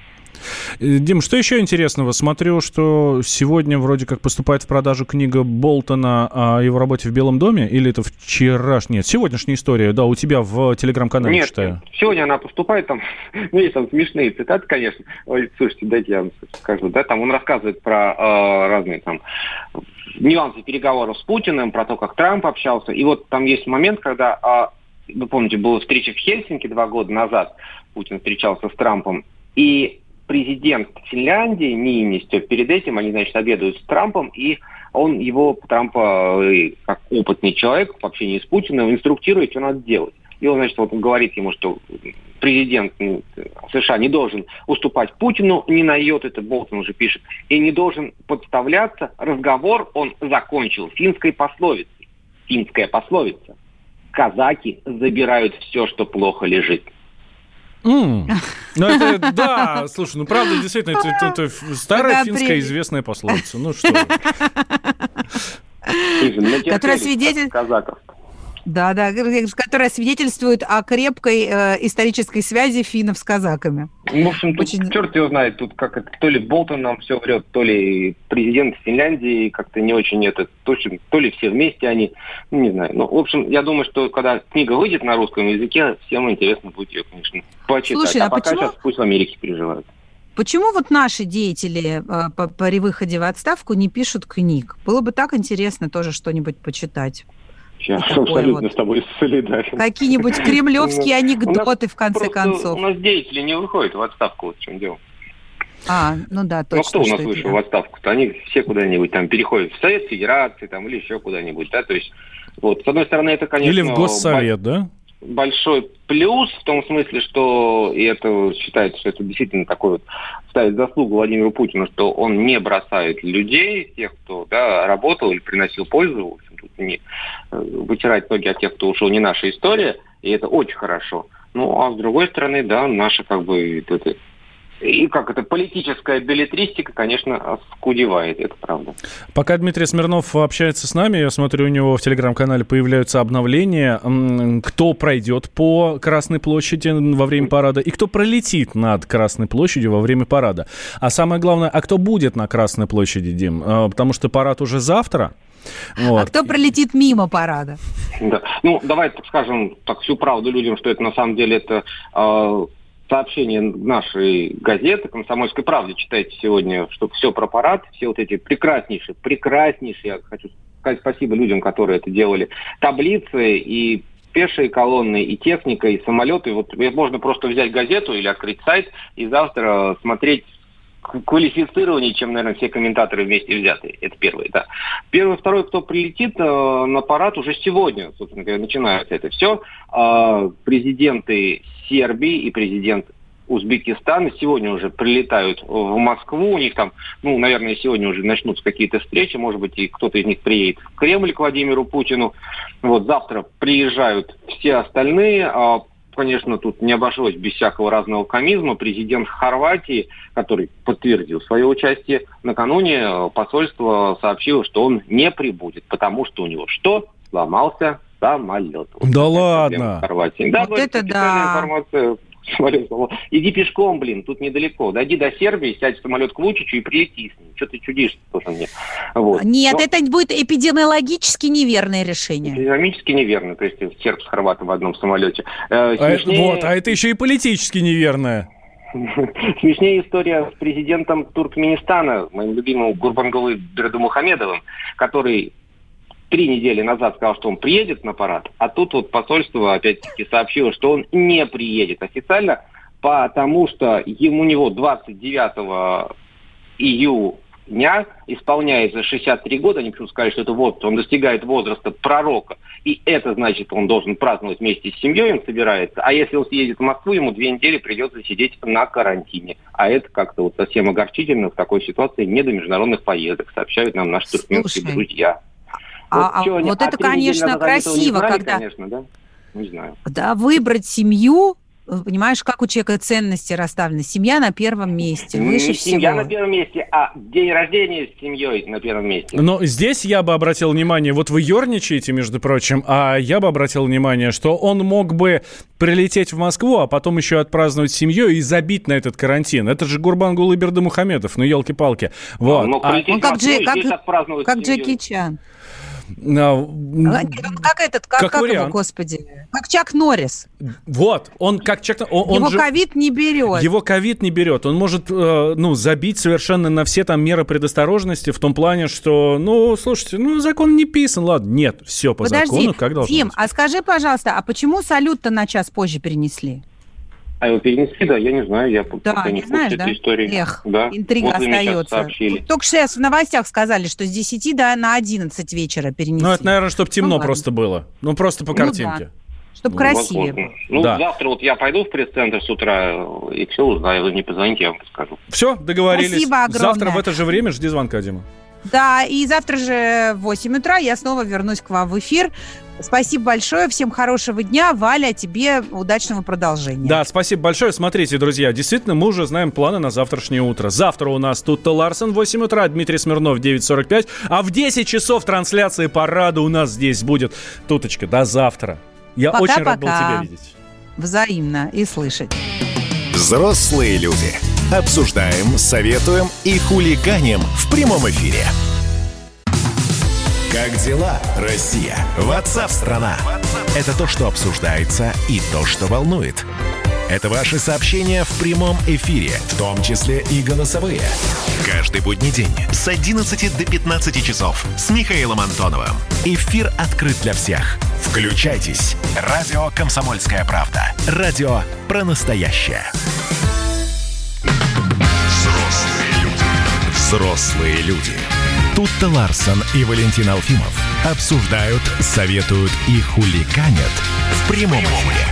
Э, Дим, что еще интересного? Смотрю, что сегодня вроде как поступает в продажу книга Болтона о его работе в Белом доме, или это вчерашняя? Нет, сегодняшняя история, да, у тебя в телеграм-канале Нет, читаю. сегодня она поступает, там, ну, есть там смешные цитаты, конечно. Ой, слушайте, дайте я вам скажу, да, там он рассказывает про э, разные там нюансы переговоров с Путиным, про то, как Трамп общался. И вот там есть момент, когда, э, вы помните, была встреча в Хельсинки два года назад, Путин встречался с Трампом, и президент Финляндии, Ниинистö, перед этим они, значит, обедают с Трампом, и он его, Трампа, как опытный человек в общении с Путиным, инструктирует, что надо делать. И он, значит, вот говорит ему, что президент ну, США не должен уступать Путину, ни на йоту, это Болтон уже пишет, и не должен подставляться. Разговор он закончил финской пословицей. Финская пословица. Казаки забирают все, что плохо лежит. Mm. Ну, это, да, слушай, ну, правда, действительно, это, это, это старая финская известная пословица. Ну, что Которая свидетельствует... казаков. Да, да, которая свидетельствует о крепкой э, исторической связи финнов с казаками. Ну, в общем, тут Очень... черт его знает, тут как это, то ли Болтон нам все врет, то ли президент Финляндии как-то не очень это, точно, то ли все вместе они, ну, не знаю. Ну, в общем, я думаю, что когда книга выйдет на русском языке, всем интересно будет ее, конечно, почитать. Слушай, а, а пока почему... сейчас пусть в Америке переживают. Почему вот наши деятели э, по, при выходе в отставку не пишут книг? Было бы так интересно тоже что-нибудь почитать. Я абсолютно вот. с тобой солидарен. Какие-нибудь кремлевские анекдоты, в конце концов. У нас деятели не выходят в отставку, вот в чем дело. А, ну да, точно. Ну, кто у нас вышел в отставку-то? Они все куда-нибудь там переходят в Совет Федерации там, или еще куда-нибудь, да, то есть, вот, с одной стороны, это, конечно... Или в Госсовет, бо- да? Большой плюс в том смысле, что, и это считается, что это действительно такой вот, ставит заслугу Владимиру Путину, что он не бросает людей, тех, кто, да, работал или приносил пользу, в общем, тут не вытирать ноги от тех, кто ушел, не наша история, и это очень хорошо. Ну, а с другой стороны, да, наша, как бы, это, и как это, политическая беллетристика, конечно, скудевает, это правда. Пока Дмитрий Смирнов общается с нами, я смотрю, у него в телеграм-канале появляются обновления, кто пройдет по Красной площади во время парада и кто пролетит над Красной площадью во время парада. А самое главное, а кто будет на Красной площади, Дим? Потому что парад уже завтра. Вот. А кто пролетит мимо парада? Да. Ну, давай скажем так всю правду людям, что это на самом деле это... Э- сообщение нашей газеты «Комсомольской правды». Читайте сегодня, что все про парад, все вот эти прекраснейшие, прекраснейшие, я хочу сказать спасибо людям, которые это делали, таблицы и пешие колонны, и техника, и самолеты. Вот можно просто взять газету или открыть сайт и завтра смотреть квалифицированнее, чем, наверное, все комментаторы вместе взятые. Это первое, да. Первый, второй, кто прилетит э, на парад уже сегодня, собственно говоря, начинается это все. Э, президенты Сербии и президент Узбекистана сегодня уже прилетают в Москву. У них там, ну, наверное, сегодня уже начнутся какие-то встречи. Может быть, и кто-то из них приедет в Кремль к Владимиру Путину. Вот завтра приезжают все остальные. Э, Конечно, тут не обошлось без всякого разного комизма. Президент Хорватии, который подтвердил свое участие, накануне посольство сообщило, что он не прибудет, потому что у него что? Сломался самолет. Вот да ладно? Хорватии. Да, вот это да. Информация. Иди пешком, блин, тут недалеко. Дойди до Сербии, сядь в самолет к Вучичу и прилети с ним. Что ты чудишь тоже мне? Вот. Нет, Но... это будет эпидемиологически неверное решение. Эпидемиологически неверно. То есть серб с хорватом в одном самолете. Э, а, смешнее... Вот, а это еще и политически неверное. Смешнее история с президентом Туркменистана, моим любимым Гурбангулы Бердымухамедовым, который три недели назад сказал, что он приедет на парад, а тут вот посольство опять-таки сообщило, что он не приедет официально, потому что ему, у него двадцать девятого июня исполняется шестьдесят три года, они почему-то сказали, что это вот он достигает возраста пророка, и это значит, он должен праздновать вместе с семьей, он собирается, а если он съедет в Москву, ему две недели придется сидеть на карантине, а это как-то вот совсем огорчительно в такой ситуации, не до международных поездок, сообщают нам наши туркменские Слушай. друзья. А, Вот, а, они, вот а это, три конечно, назад они красиво, знали, когда... Конечно, да? Не знаю. Да, выбрать семью, понимаешь, как у человека ценности расставлены. Семья на первом месте, выше Не всего. семья на первом месте, а день рождения с семьей на первом месте. Но здесь я бы обратил внимание, вот вы ерничаете, между прочим, а я бы обратил внимание, что он мог бы прилететь в Москву, а потом еще отпраздновать с семьей и забить на этот карантин. Это же Гурбангулы Бердымухамедов, ну елки-палки. Вот. Он, а, он как, Джи, как, как Джеки Чан. А, как этот, как, как, как его, господи, как Чак Норрис. Вот, он как Чак он, Его он ковид не берет. Его ковид не берет. Он может, э, ну, забить совершенно на все там меры предосторожности в том плане, что, ну, слушайте, ну, закон не писан, ладно. Нет, все по Подожди, закону, как должно Дим, быть. а скажи, пожалуйста, а почему салют-то на час позже перенесли? А его перенесли, да, я не знаю, я да, пока не не знаешь, в да? этой истории. Эх, да? интрига вот остается. Только что сейчас в новостях сказали, что с десяти до на одиннадцать вечера перенесли. Ну, это, наверное, чтобы темно ну, просто было. Ну, просто по картинке. Ну, да. Чтобы красивее было. Ну, Да. завтра вот я пойду в пресс-центр с утра и все узнаю. Вы мне позвоните, я вам расскажу. Все, договорились. Спасибо огромное. Завтра в это же время жди звонка, Дима. Да, и завтра же в восемь утра я снова вернусь к вам в эфир. Спасибо большое, всем хорошего дня. Валя, тебе удачного продолжения. Да, спасибо большое. Смотрите, друзья, действительно, мы уже знаем планы на завтрашнее утро. Завтра у нас Тутта Ларсен в восемь утра, Дмитрий Смирнов в девять сорок пять, а в десять часов трансляции парада у нас здесь будет. Туточка, до завтра. Я Пока, очень рад был пока. тебя видеть. Взаимно и слышать. Взрослые люди. Обсуждаем, советуем и хулиганим в прямом эфире. Как дела, Россия? Ватсап-страна! Это то, что обсуждается и то, что волнует. Это ваши сообщения в прямом эфире, в том числе и голосовые. Каждый будний день с одиннадцати до пятнадцати часов с Михаилом Антоновым. Эфир открыт для всех. Включайтесь. Радио «Комсомольская правда». Радио про настоящее. Взрослые люди. Взрослые люди. Тутта Ларсен и Валентин Алфимов обсуждают, советуют и хулиганят в прямом эфире.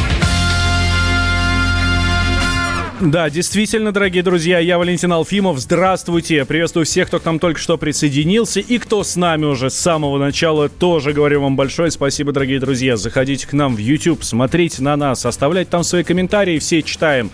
Да, действительно, дорогие друзья, я Валентин Алфимов. Здравствуйте. Приветствую всех, кто к нам только что присоединился и кто с нами уже с самого начала. Тоже говорю вам большое спасибо, дорогие друзья. Заходите к нам в YouTube, смотрите на нас, оставляйте там свои комментарии, все читаем.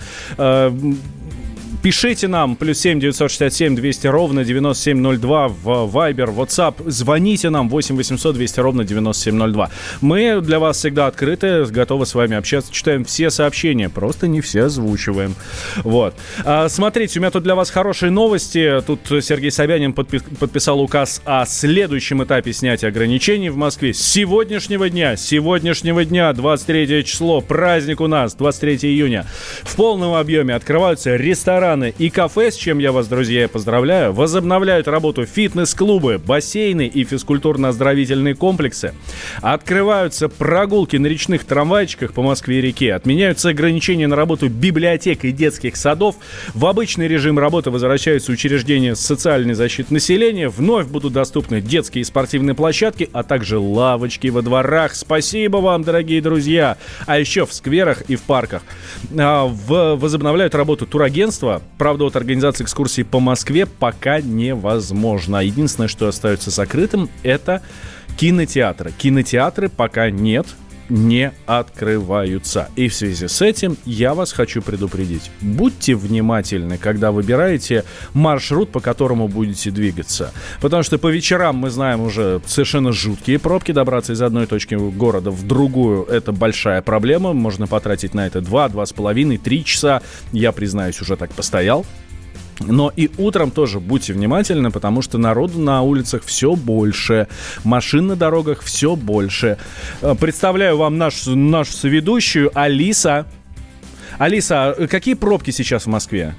Пишите нам, плюс семь девятьсот шестьдесят семь двести ровно девяносто семь ноль два в Viber, WhatsApp. Звоните нам восемь восемьсот двести ровно девяносто семь ноль два. Мы для вас всегда открыты, готовы с вами общаться, читаем все сообщения, просто не все озвучиваем. Вот. А, смотрите, у меня тут для вас хорошие новости. Тут Сергей Собянин подпи- подписал указ о следующем этапе снятия ограничений в Москве. С сегодняшнего дня, с сегодняшнего дня, двадцать третье число, праздник у нас, двадцать третьего июня. В полном объеме открываются рестораны и кафе, с чем я вас, друзья, поздравляю. Возобновляют работу фитнес-клубы, бассейны и физкультурно-оздоровительные комплексы. Открываются прогулки на речных трамвайчиках по Москве-реке. Отменяются ограничения на работу библиотек и детских садов. В обычный режим работы возвращаются учреждения социальной защиты населения. Вновь будут доступны детские и спортивные площадки, а также лавочки во дворах. Спасибо вам, дорогие друзья. А еще в скверах и в парках возобновляют работу турагентства. Правда, от организации экскурсий по Москве пока невозможно. Единственное, что остается закрытым, это кинотеатры. Кинотеатры пока нет, не открываются. И в связи с этим я вас хочу предупредить. Будьте внимательны, когда выбираете маршрут, по которому будете двигаться. Потому что по вечерам мы знаем уже совершенно жуткие пробки. Добраться из одной точки города в другую — это большая проблема. Можно потратить на это два, два с половиной, три часа. Я, признаюсь, уже так постоял. Но и утром тоже будьте внимательны, потому что народу на улицах все больше, машин на дорогах все больше. Представляю вам наш, нашу соведущую Алиса. Алиса, какие пробки сейчас в Москве?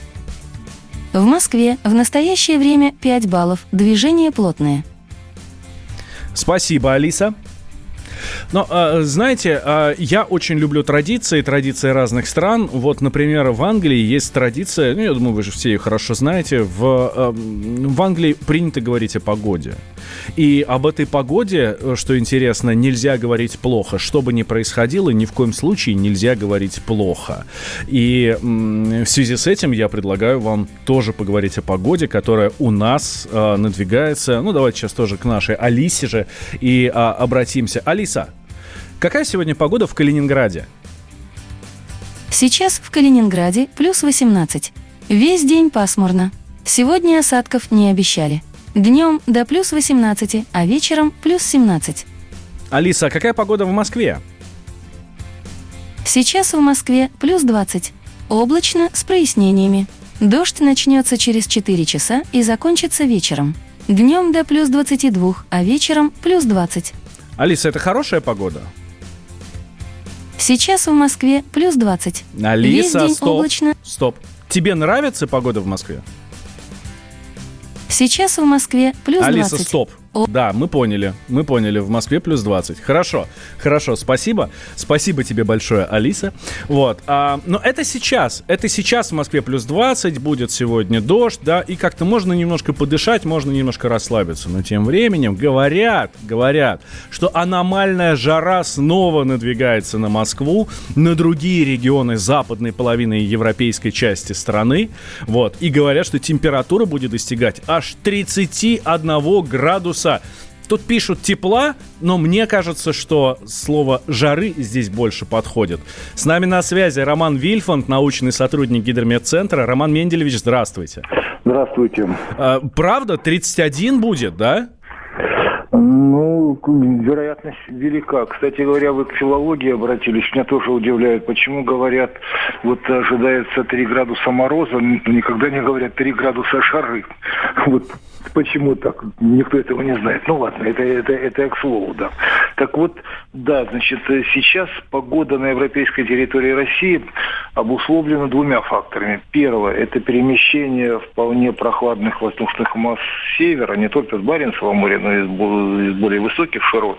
В Москве в настоящее время пять баллов, движение плотное. Спасибо, Алиса. Но, знаете, я очень люблю традиции, традиции разных стран. Вот, например, в Англии есть традиция, ну, я думаю, вы же все ее хорошо знаете, в, в Англии принято говорить о погоде. И об этой погоде, что интересно, нельзя говорить плохо. Что бы ни происходило, ни в коем случае нельзя говорить плохо. И в связи с этим я предлагаю вам тоже поговорить о погоде, которая у нас э, надвигается. Ну, давайте сейчас тоже к нашей Алисе же и а, обратимся. Алиса, какая сегодня погода в Калининграде? Сейчас в Калининграде плюс восемнадцать. Весь день пасмурно. Сегодня осадков не обещали. Днем до плюс восемнадцати, а вечером плюс семнадцать. Алиса, а какая погода в Москве? Сейчас в Москве плюс двадцать. Облачно с прояснениями. Дождь начнется через четыре часа и закончится вечером. Днем до плюс двадцати двух, а вечером плюс двадцать. Алиса, это хорошая погода? Сейчас в Москве плюс двадцать. Алиса, Весь день стоп, облачно. стоп. Тебе нравится погода в Москве? Сейчас в Москве плюс Алиса, двадцать. стоп. Да, мы поняли, мы поняли, в Москве плюс двадцать. Хорошо, хорошо, спасибо. Спасибо тебе большое, Алиса. Вот, а, но это сейчас, это сейчас в Москве плюс двадцать, будет сегодня дождь, да, и как-то можно немножко подышать, можно немножко расслабиться. Но тем временем говорят, говорят, что аномальная жара снова надвигается на Москву, на другие регионы западной половины европейской части страны, вот, и говорят, что температура будет достигать аж тридцать один градуса. Тут пишут тепла, но мне кажется, что слово «жары» здесь больше подходит. С нами на связи Роман Вильфанд, научный сотрудник Гидрометцентра. Роман Менделевич, здравствуйте. Здравствуйте. А, правда, тридцать один будет, да? Ну, вероятность велика. Кстати говоря, вы к филологии обратились. Меня тоже удивляет, почему говорят, вот ожидается три градуса мороза, но никогда не говорят три градуса жары. Вот почему так? Никто этого не знает. Ну ладно, это, это, это к слову, да. Так вот, да, значит, сейчас погода на европейской территории России обусловлена двумя факторами. Первое – это перемещение вполне прохладных воздушных масс с севера, не только с Баренцева моря, но и из более высоких широт.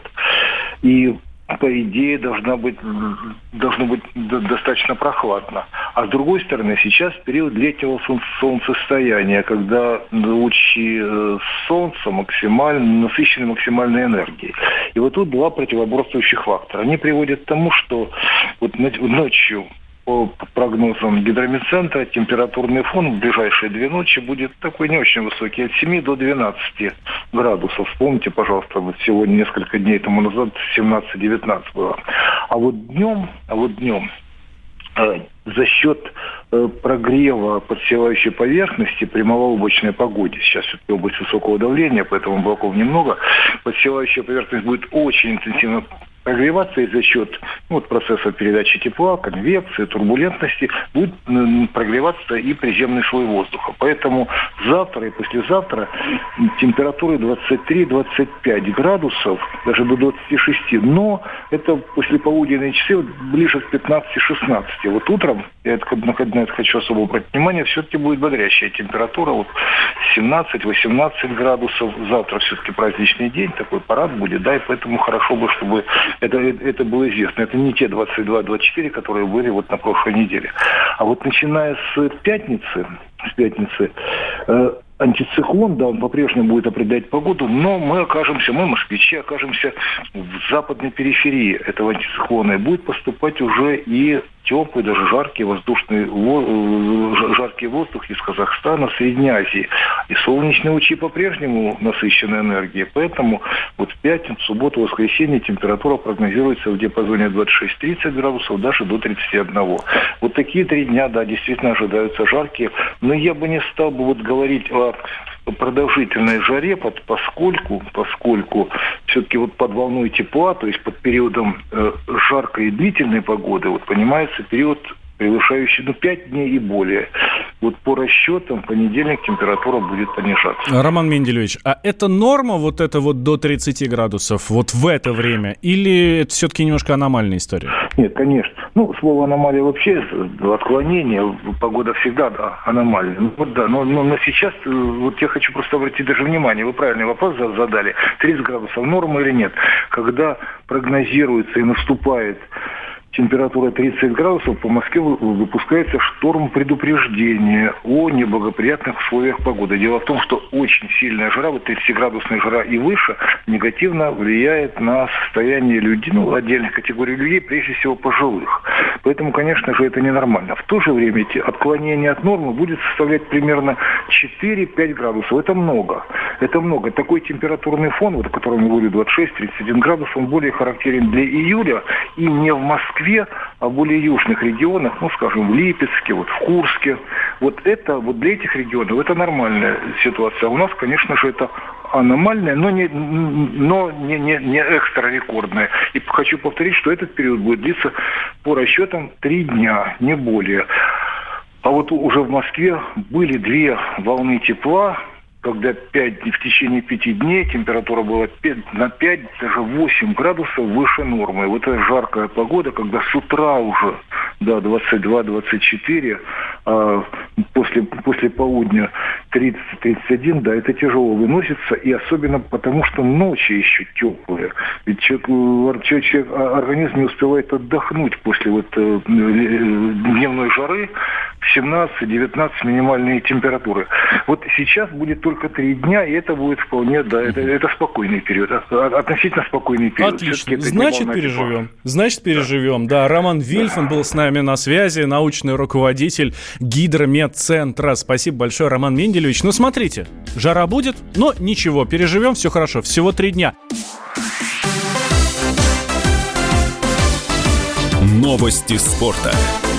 И по идее, должна быть, должно быть достаточно прохладно. А с другой стороны, сейчас период летнего солнцестояния, когда лучи солнца максимально, насыщены максимальной энергией. И вот тут два противоборствующих фактора. Они приводят к тому, что вот ночью, по прогнозам Гидрометцентра, температурный фон в ближайшие две ночи будет такой не очень высокий, от семи до двенадцати градусов. Вспомните, пожалуйста, вот сегодня несколько дней тому назад семнадцать-девятнадцать было. А вот днем, а вот днем э, за счет э, прогрева подстилающей поверхности при малооблачной погоде, сейчас все-таки область высокого давления, поэтому облаков немного, подстилающая поверхность будет очень интенсивно прогреваться, и за счет ну, вот, процесса передачи тепла, конвекции, турбулентности будет м, прогреваться и приземный слой воздуха. Поэтому завтра и послезавтра температуры двадцать три - двадцать пять градусов, даже до двадцати шести, но это послеполуденные часы вот, ближе к пятнадцати-шестнадцати. Вот утром, я это, на это хочу особо обратить внимание, все-таки будет бодрящая температура, вот семнадцать-восемнадцать градусов. Завтра все-таки праздничный день, такой парад будет, да, и поэтому хорошо бы, чтобы Это, это было известно. Это не те двадцать два - двадцать четыре, которые были вот на прошлой неделе. А вот начиная с пятницы, с пятницы, э, антициклон, да, он по-прежнему будет определять погоду, но мы окажемся, мы, москвичи, окажемся в западной периферии этого антициклона. И будет поступать уже и теплый, даже жаркий воздушный, жаркий воздух из Казахстана, Средней Азии. И солнечные лучи по-прежнему насыщены энергией. Поэтому вот в пятницу, субботу, воскресенье температура прогнозируется в диапазоне двадцать шесть - тридцать градусов, даже до тридцати одного. Вот такие три дня, да, действительно ожидаются жаркие. Но я бы не стал бы вот говорить о продолжительной жаре, под, поскольку, поскольку все-таки вот под волной тепла, то есть под периодом э, жаркой и длительной погоды, вот понимается период, превышающий ну, пять дней и более. Вот по расчетам в понедельник температура будет понижаться. Роман Менделевич, а это норма вот это вот до тридцати градусов вот в это время? Или это все-таки немножко аномальная история? Нет, конечно. Ну, слово аномалия вообще, отклонение, погода всегда, да, аномальная. Ну, вот да, но, но, но сейчас, вот я хочу просто обратить даже внимание, вы правильный вопрос задали, тридцать градусов норма или нет? Когда прогнозируется и наступает температура тридцать градусов, по Москве выпускается шторм предупреждения о неблагоприятных условиях погоды. Дело в том, что очень сильная жара, вот тридцатиградусная жара и выше, негативно влияет на состояние людей, ну, отдельных категорий людей, прежде всего пожилых. Поэтому, конечно же, это ненормально. В то же время эти отклонения от нормы будет составлять примерно четыре-пять градусов. Это много. Это много. Такой температурный фон, вот, о котором я говорю, двадцать шесть - тридцать один градус, он более характерен для июля и не в Москве, а в более южных регионах, ну, скажем, в Липецке, вот в Курске. Вот это, вот для этих регионов это нормальная ситуация. А у нас, конечно же, это аномальная, но не, но не, не, не экстра-рекордная. И хочу повторить, что этот период будет длиться по расчетам три дня, не более. А вот уже в Москве были две волны тепла, когда пять, в течение пяти дней температура была пять, на пять, даже восемь градусов выше нормы. Вот эта жаркая погода, когда с утра уже, да, двадцать два - двадцать четыре, а после, после полудня тридцать тридцать один, да, это тяжело выносится, и особенно потому, что ночи еще теплые. Ведь человек, человек, организм не успевает отдохнуть после вот дневной жары, семнадцать-девятнадцать минимальные температуры. Вот сейчас будет только три дня, и это будет вполне, да, это, это спокойный период, относительно спокойный период. Отлично, значит переживем. Значит переживем, да. Роман Вильфан был с нами на связи, научный руководитель Гидромедцентра. Спасибо большое, Роман Менделевич. Ну, смотрите, жара будет, но ничего, переживем, все хорошо. Всего три дня. Новости спорта.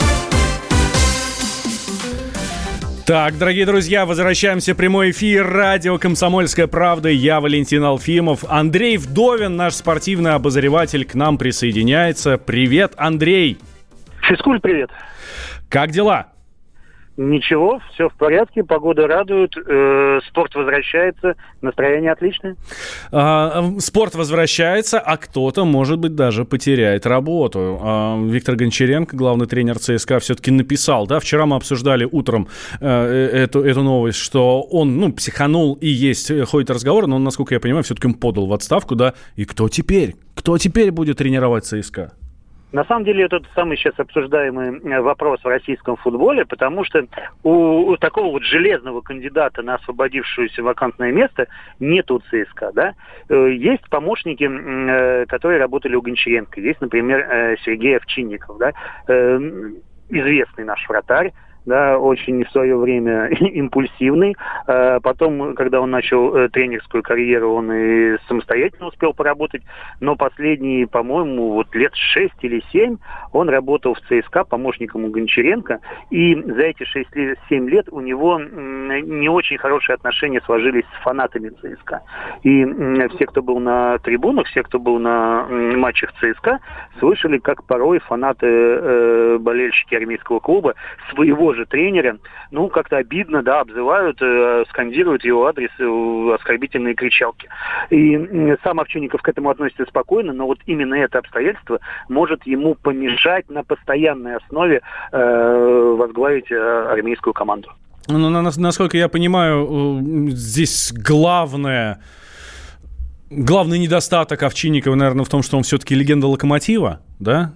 Так, дорогие друзья, возвращаемся в прямой эфир. Радио «Комсомольская правда». Я Валентин Алфимов. Андрей Вдовин, наш спортивный обозреватель, к нам присоединяется. Привет, Андрей. Физкуль, привет. Как дела? Ничего, все в порядке, погода радует, э, спорт возвращается, настроение отличное. А, спорт возвращается, а кто-то, может быть, даже потеряет работу. А, Виктор Гончаренко, главный тренер ЦСКА, все-таки написал, да, вчера мы обсуждали утром э, эту, эту новость, что он, ну, психанул и есть, ходит разговор, но он, насколько я понимаю, все-таки он подал в отставку, да, и кто теперь? Кто теперь будет тренировать ЦСКА? На самом деле, это самый сейчас обсуждаемый вопрос в российском футболе, потому что у, у такого вот железного кандидата на освободившееся вакантное место нет у ЦСКА, да. Есть помощники, которые работали у Гончаренко. Есть, например, Сергей Овчинников, да, известный наш вратарь, да, очень в свое время импульсивный. Потом, когда он начал тренерскую карьеру, он и самостоятельно успел поработать. Но последние, по-моему, вот лет шесть или семь он работал в ЦСКА помощником у Гончаренко. И за эти шесть-семь лет у него не очень хорошие отношения сложились с фанатами ЦСКА. И все, кто был на трибунах, все, кто был на матчах ЦСКА, слышали, как порой фанаты, болельщики армейского клуба своего же тренера, ну, как-то обидно, да, обзывают, э, скандируют его адрес, э, оскорбительные кричалки. И э, сам Овчинников к этому относится спокойно, но вот именно это обстоятельство может ему помешать на постоянной основе э, возглавить э, армейскую команду. Ну, насколько я понимаю, здесь главное... Главный недостаток Овчинникова, наверное, в том, что он все-таки легенда «Локомотива», да?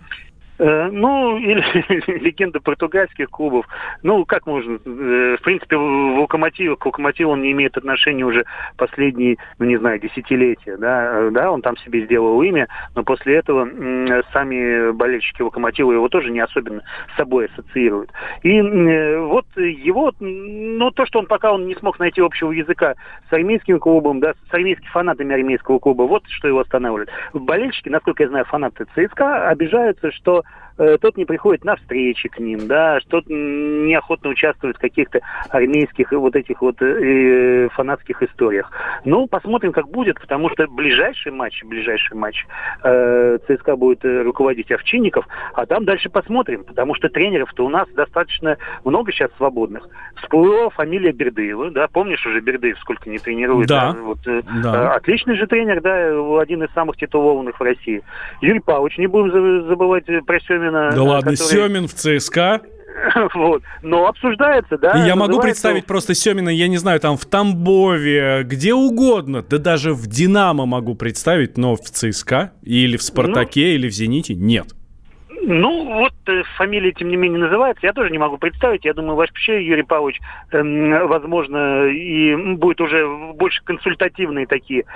Ну, или легенда португальских клубов. Ну, как можно? В принципе, в Локомотиве, к Локомотиву он не имеет отношения уже последние, ну, не знаю, десятилетия. Да, да, он там себе сделал имя, но после этого сами болельщики Локомотива его тоже не особенно с собой ассоциируют. И вот его, ну, то, что он пока он не смог найти общего языка с армейским клубом, да, с армейскими фанатами армейского клуба, вот что его останавливает. Болельщики, насколько я знаю, фанаты ЦСКА обижаются, что тот не приходит на встречи к ним, да, что неохотно участвует в каких-то армейских вот этих вот э, фанатских историях. Ну, посмотрим, как будет, потому что ближайший матч, ближайший матч э, ЦСКА будет руководить Овчинников, а там дальше посмотрим, потому что тренеров-то у нас достаточно много сейчас свободных. Всплыла фамилия Бердыева, да, помнишь уже Бердыев сколько не тренирует? Да. Да? Вот, э, да. Отличный же тренер, да, один из самых титулованных в России. Юрий Павлович, не будем забывать про Семина. Да ладно, который... Семин в ЦСКА. Вот. Но обсуждается, да. И я могу называется... представить просто Семина, я не знаю, там в Тамбове, где угодно, да даже в «Динамо» могу представить, но в ЦСКА или в «Спартаке», ну... или в «Зените» нет. Ну, вот э, фамилия, тем не менее, называется. Я тоже не могу представить. Я думаю, вообще Юрий Павлович, э, возможно, и будет уже больше консультативные такие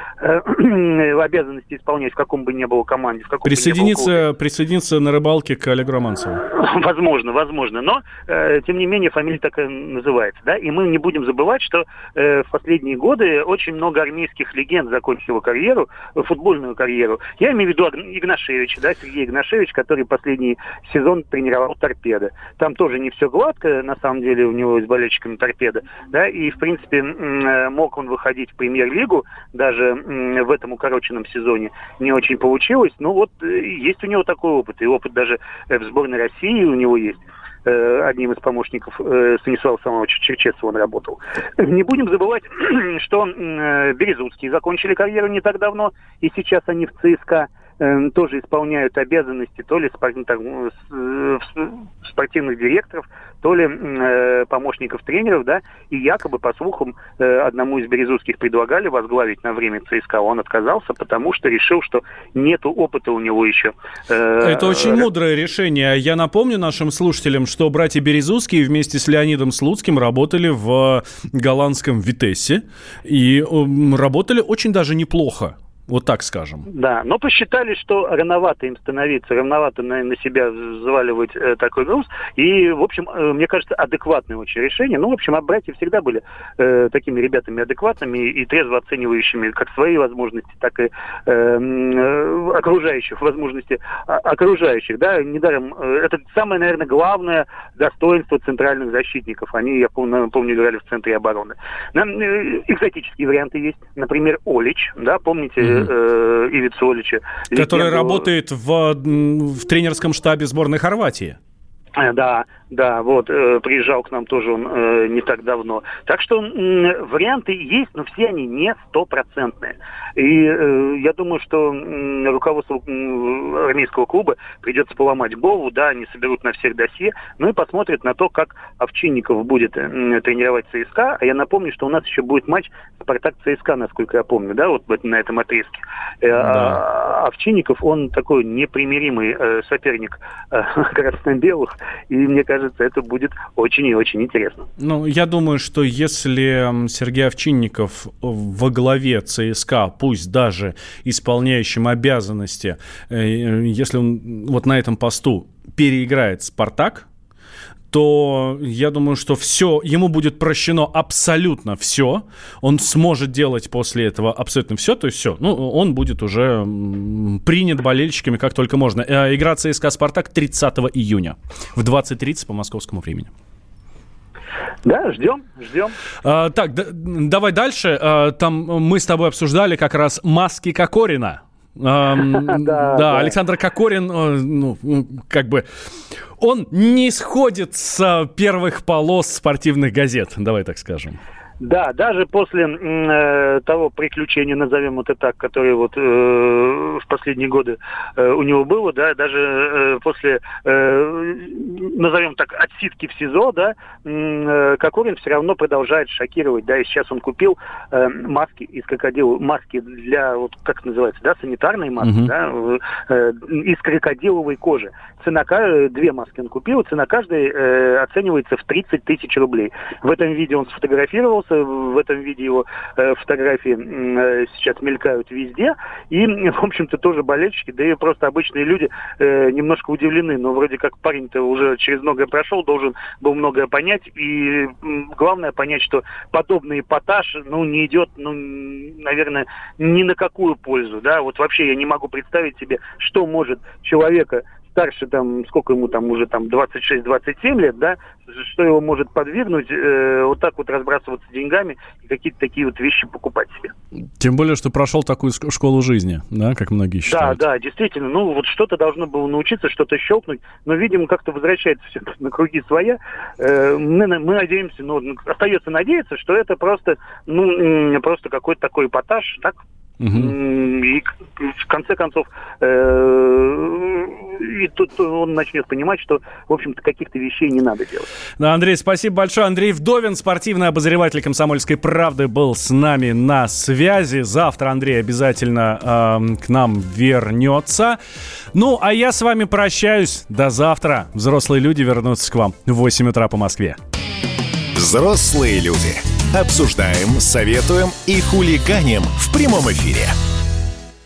э, обязанности исполнять, в каком бы ни было команде. В каком присоединиться, бы ни было присоединиться на рыбалке к Олегу Романцеву. Возможно, возможно. Но, э, тем не менее, фамилия такая называется. Да? И мы не будем забывать, что э, в последние годы очень много армейских легенд закончило карьеру, футбольную карьеру. Я имею в виду Игнашевича, да, Сергей Игнашевич, который последний сезон тренировал «Торпедо». Там тоже не все гладко, на самом деле, у него с болельщиками «Торпедо». Да, и, в принципе, мог он выходить в премьер-лигу, даже в этом укороченном сезоне не очень получилось. Но вот есть у него такой опыт, и опыт даже в сборной России у него есть. Одним из помощников Станислава Самовича Черчесова он работал. Не будем забывать, что Березутские закончили карьеру не так давно, и сейчас они в ЦСКА. э, тоже исполняют обязанности то ли спор- так, э, спортивных директоров, то ли э, помощников тренеров, да, и якобы, по слухам, э, одному из березутских предлагали возглавить на время ЦСКА, он отказался, потому что решил, что нету опыта у него еще. Э, Это очень мудрое решение. Я напомню нашим слушателям, что братья Березутские вместе с Леонидом Слуцким работали в голландском Витессе и э, работали очень даже неплохо. Вот так скажем. Да, но посчитали, что рановато им становиться, рановато на, на себя взваливать э, такой груз. И, в общем, э, мне кажется, адекватное очень решение. Ну, в общем, а братья всегда были э, такими ребятами адекватными и трезво оценивающими как свои возможности, так и э, э, окружающих возможности а, окружающих. Да, недаром э, это самое, наверное, главное достоинство центральных защитников. Они, я помню, помню играли в центре обороны. Нам, э, экзотические варианты есть. Например, Олич, да, помните, mm-hmm. Ивицу Олича. Который легенду... работает в, в тренерском штабе сборной Хорватии. Да, да, вот, э, приезжал к нам тоже он э, не так давно. Так что э, варианты есть, но все они не стопроцентные. И э, я думаю, что э, руководству э, армейского клуба придется поломать голову, да, они соберут на всех досье, ну и посмотрят на то, как Овчинников будет э, тренировать ЦСКА. А я напомню, что у нас еще будет матч Спартак-ЦСКА, насколько я помню, да, вот на этом отрезке. Э, да. А Овчинников, он такой непримиримый э, соперник э, красно-белых, и мне кажется, это будет очень и очень интересно. Ну, я думаю, что если Сергей Овчинников во главе ЦСКА, пусть даже исполняющим обязанности, если он вот на этом посту переиграет «Спартак», то я думаю, что все, ему будет прощено абсолютно все. Он сможет делать после этого абсолютно все, то есть все. Ну, он будет уже принят болельщиками как только можно. Игра ЦСКА «Спартак» тридцатого июня в двадцать тридцать по московскому времени. Да, ждем, ждем. А, так, да, давай дальше. А, там мы с тобой обсуждали как раз маски Кокорина. Um, да, да, да, Александр Кокорин, ну, как бы, он не сходит с первых полос спортивных газет, давай так скажем. Да, даже после э, того приключения, назовем это так, которое вот э, в последние годы э, у него было, да, даже э, после, э, назовем так, отсидки в СИЗО, да, э, Кокорин все равно продолжает шокировать, да, и сейчас он купил э, маски из крокодила, маски для, вот как называется, да, санитарные маски, uh-huh. да, э, из крокодиловой кожи. Цена, две маски он купил, цена каждой э, оценивается в тридцать тысяч рублей. В этом видео он сфотографировался, в этом виде его э, фотографии э, сейчас мелькают везде. И, в общем-то, тоже болельщики, да и просто обычные люди э, немножко удивлены. Но вроде как парень-то уже через многое прошел, должен был многое понять. И главное понять, что подобный эпатаж, ну, не идет, ну, наверное, ни на какую пользу. Да? Вот вообще я не могу представить себе, что может человека старше, там, сколько ему там уже там двадцать шесть двадцать семь лет, да, что его может подвигнуть э, вот так вот разбрасываться деньгами и какие-то такие вот вещи покупать себе. Тем более, что прошел такую школу жизни, да, как многие считают. Да, да, действительно, ну вот что-то должно было научиться, что-то щелкнуть, но, видимо, как-то возвращается все на круги своя. Э, мы, мы надеемся, ну, остается надеяться, что это просто, ну, просто какой-то такой эпатаж, так? Угу. И в конце концов э, и тут он начнет понимать, что, в общем-то, каких-то вещей не надо делать. Да, Андрей, спасибо большое. Андрей Вдовин, спортивный обозреватель «Комсомольской правды», был с нами на связи. Завтра Андрей обязательно э, к нам вернется. Ну, а я с вами прощаюсь. До завтра. Взрослые люди вернутся к вам в восемь утра по Москве. Взрослые люди. Обсуждаем, советуем и хулиганим в прямом эфире.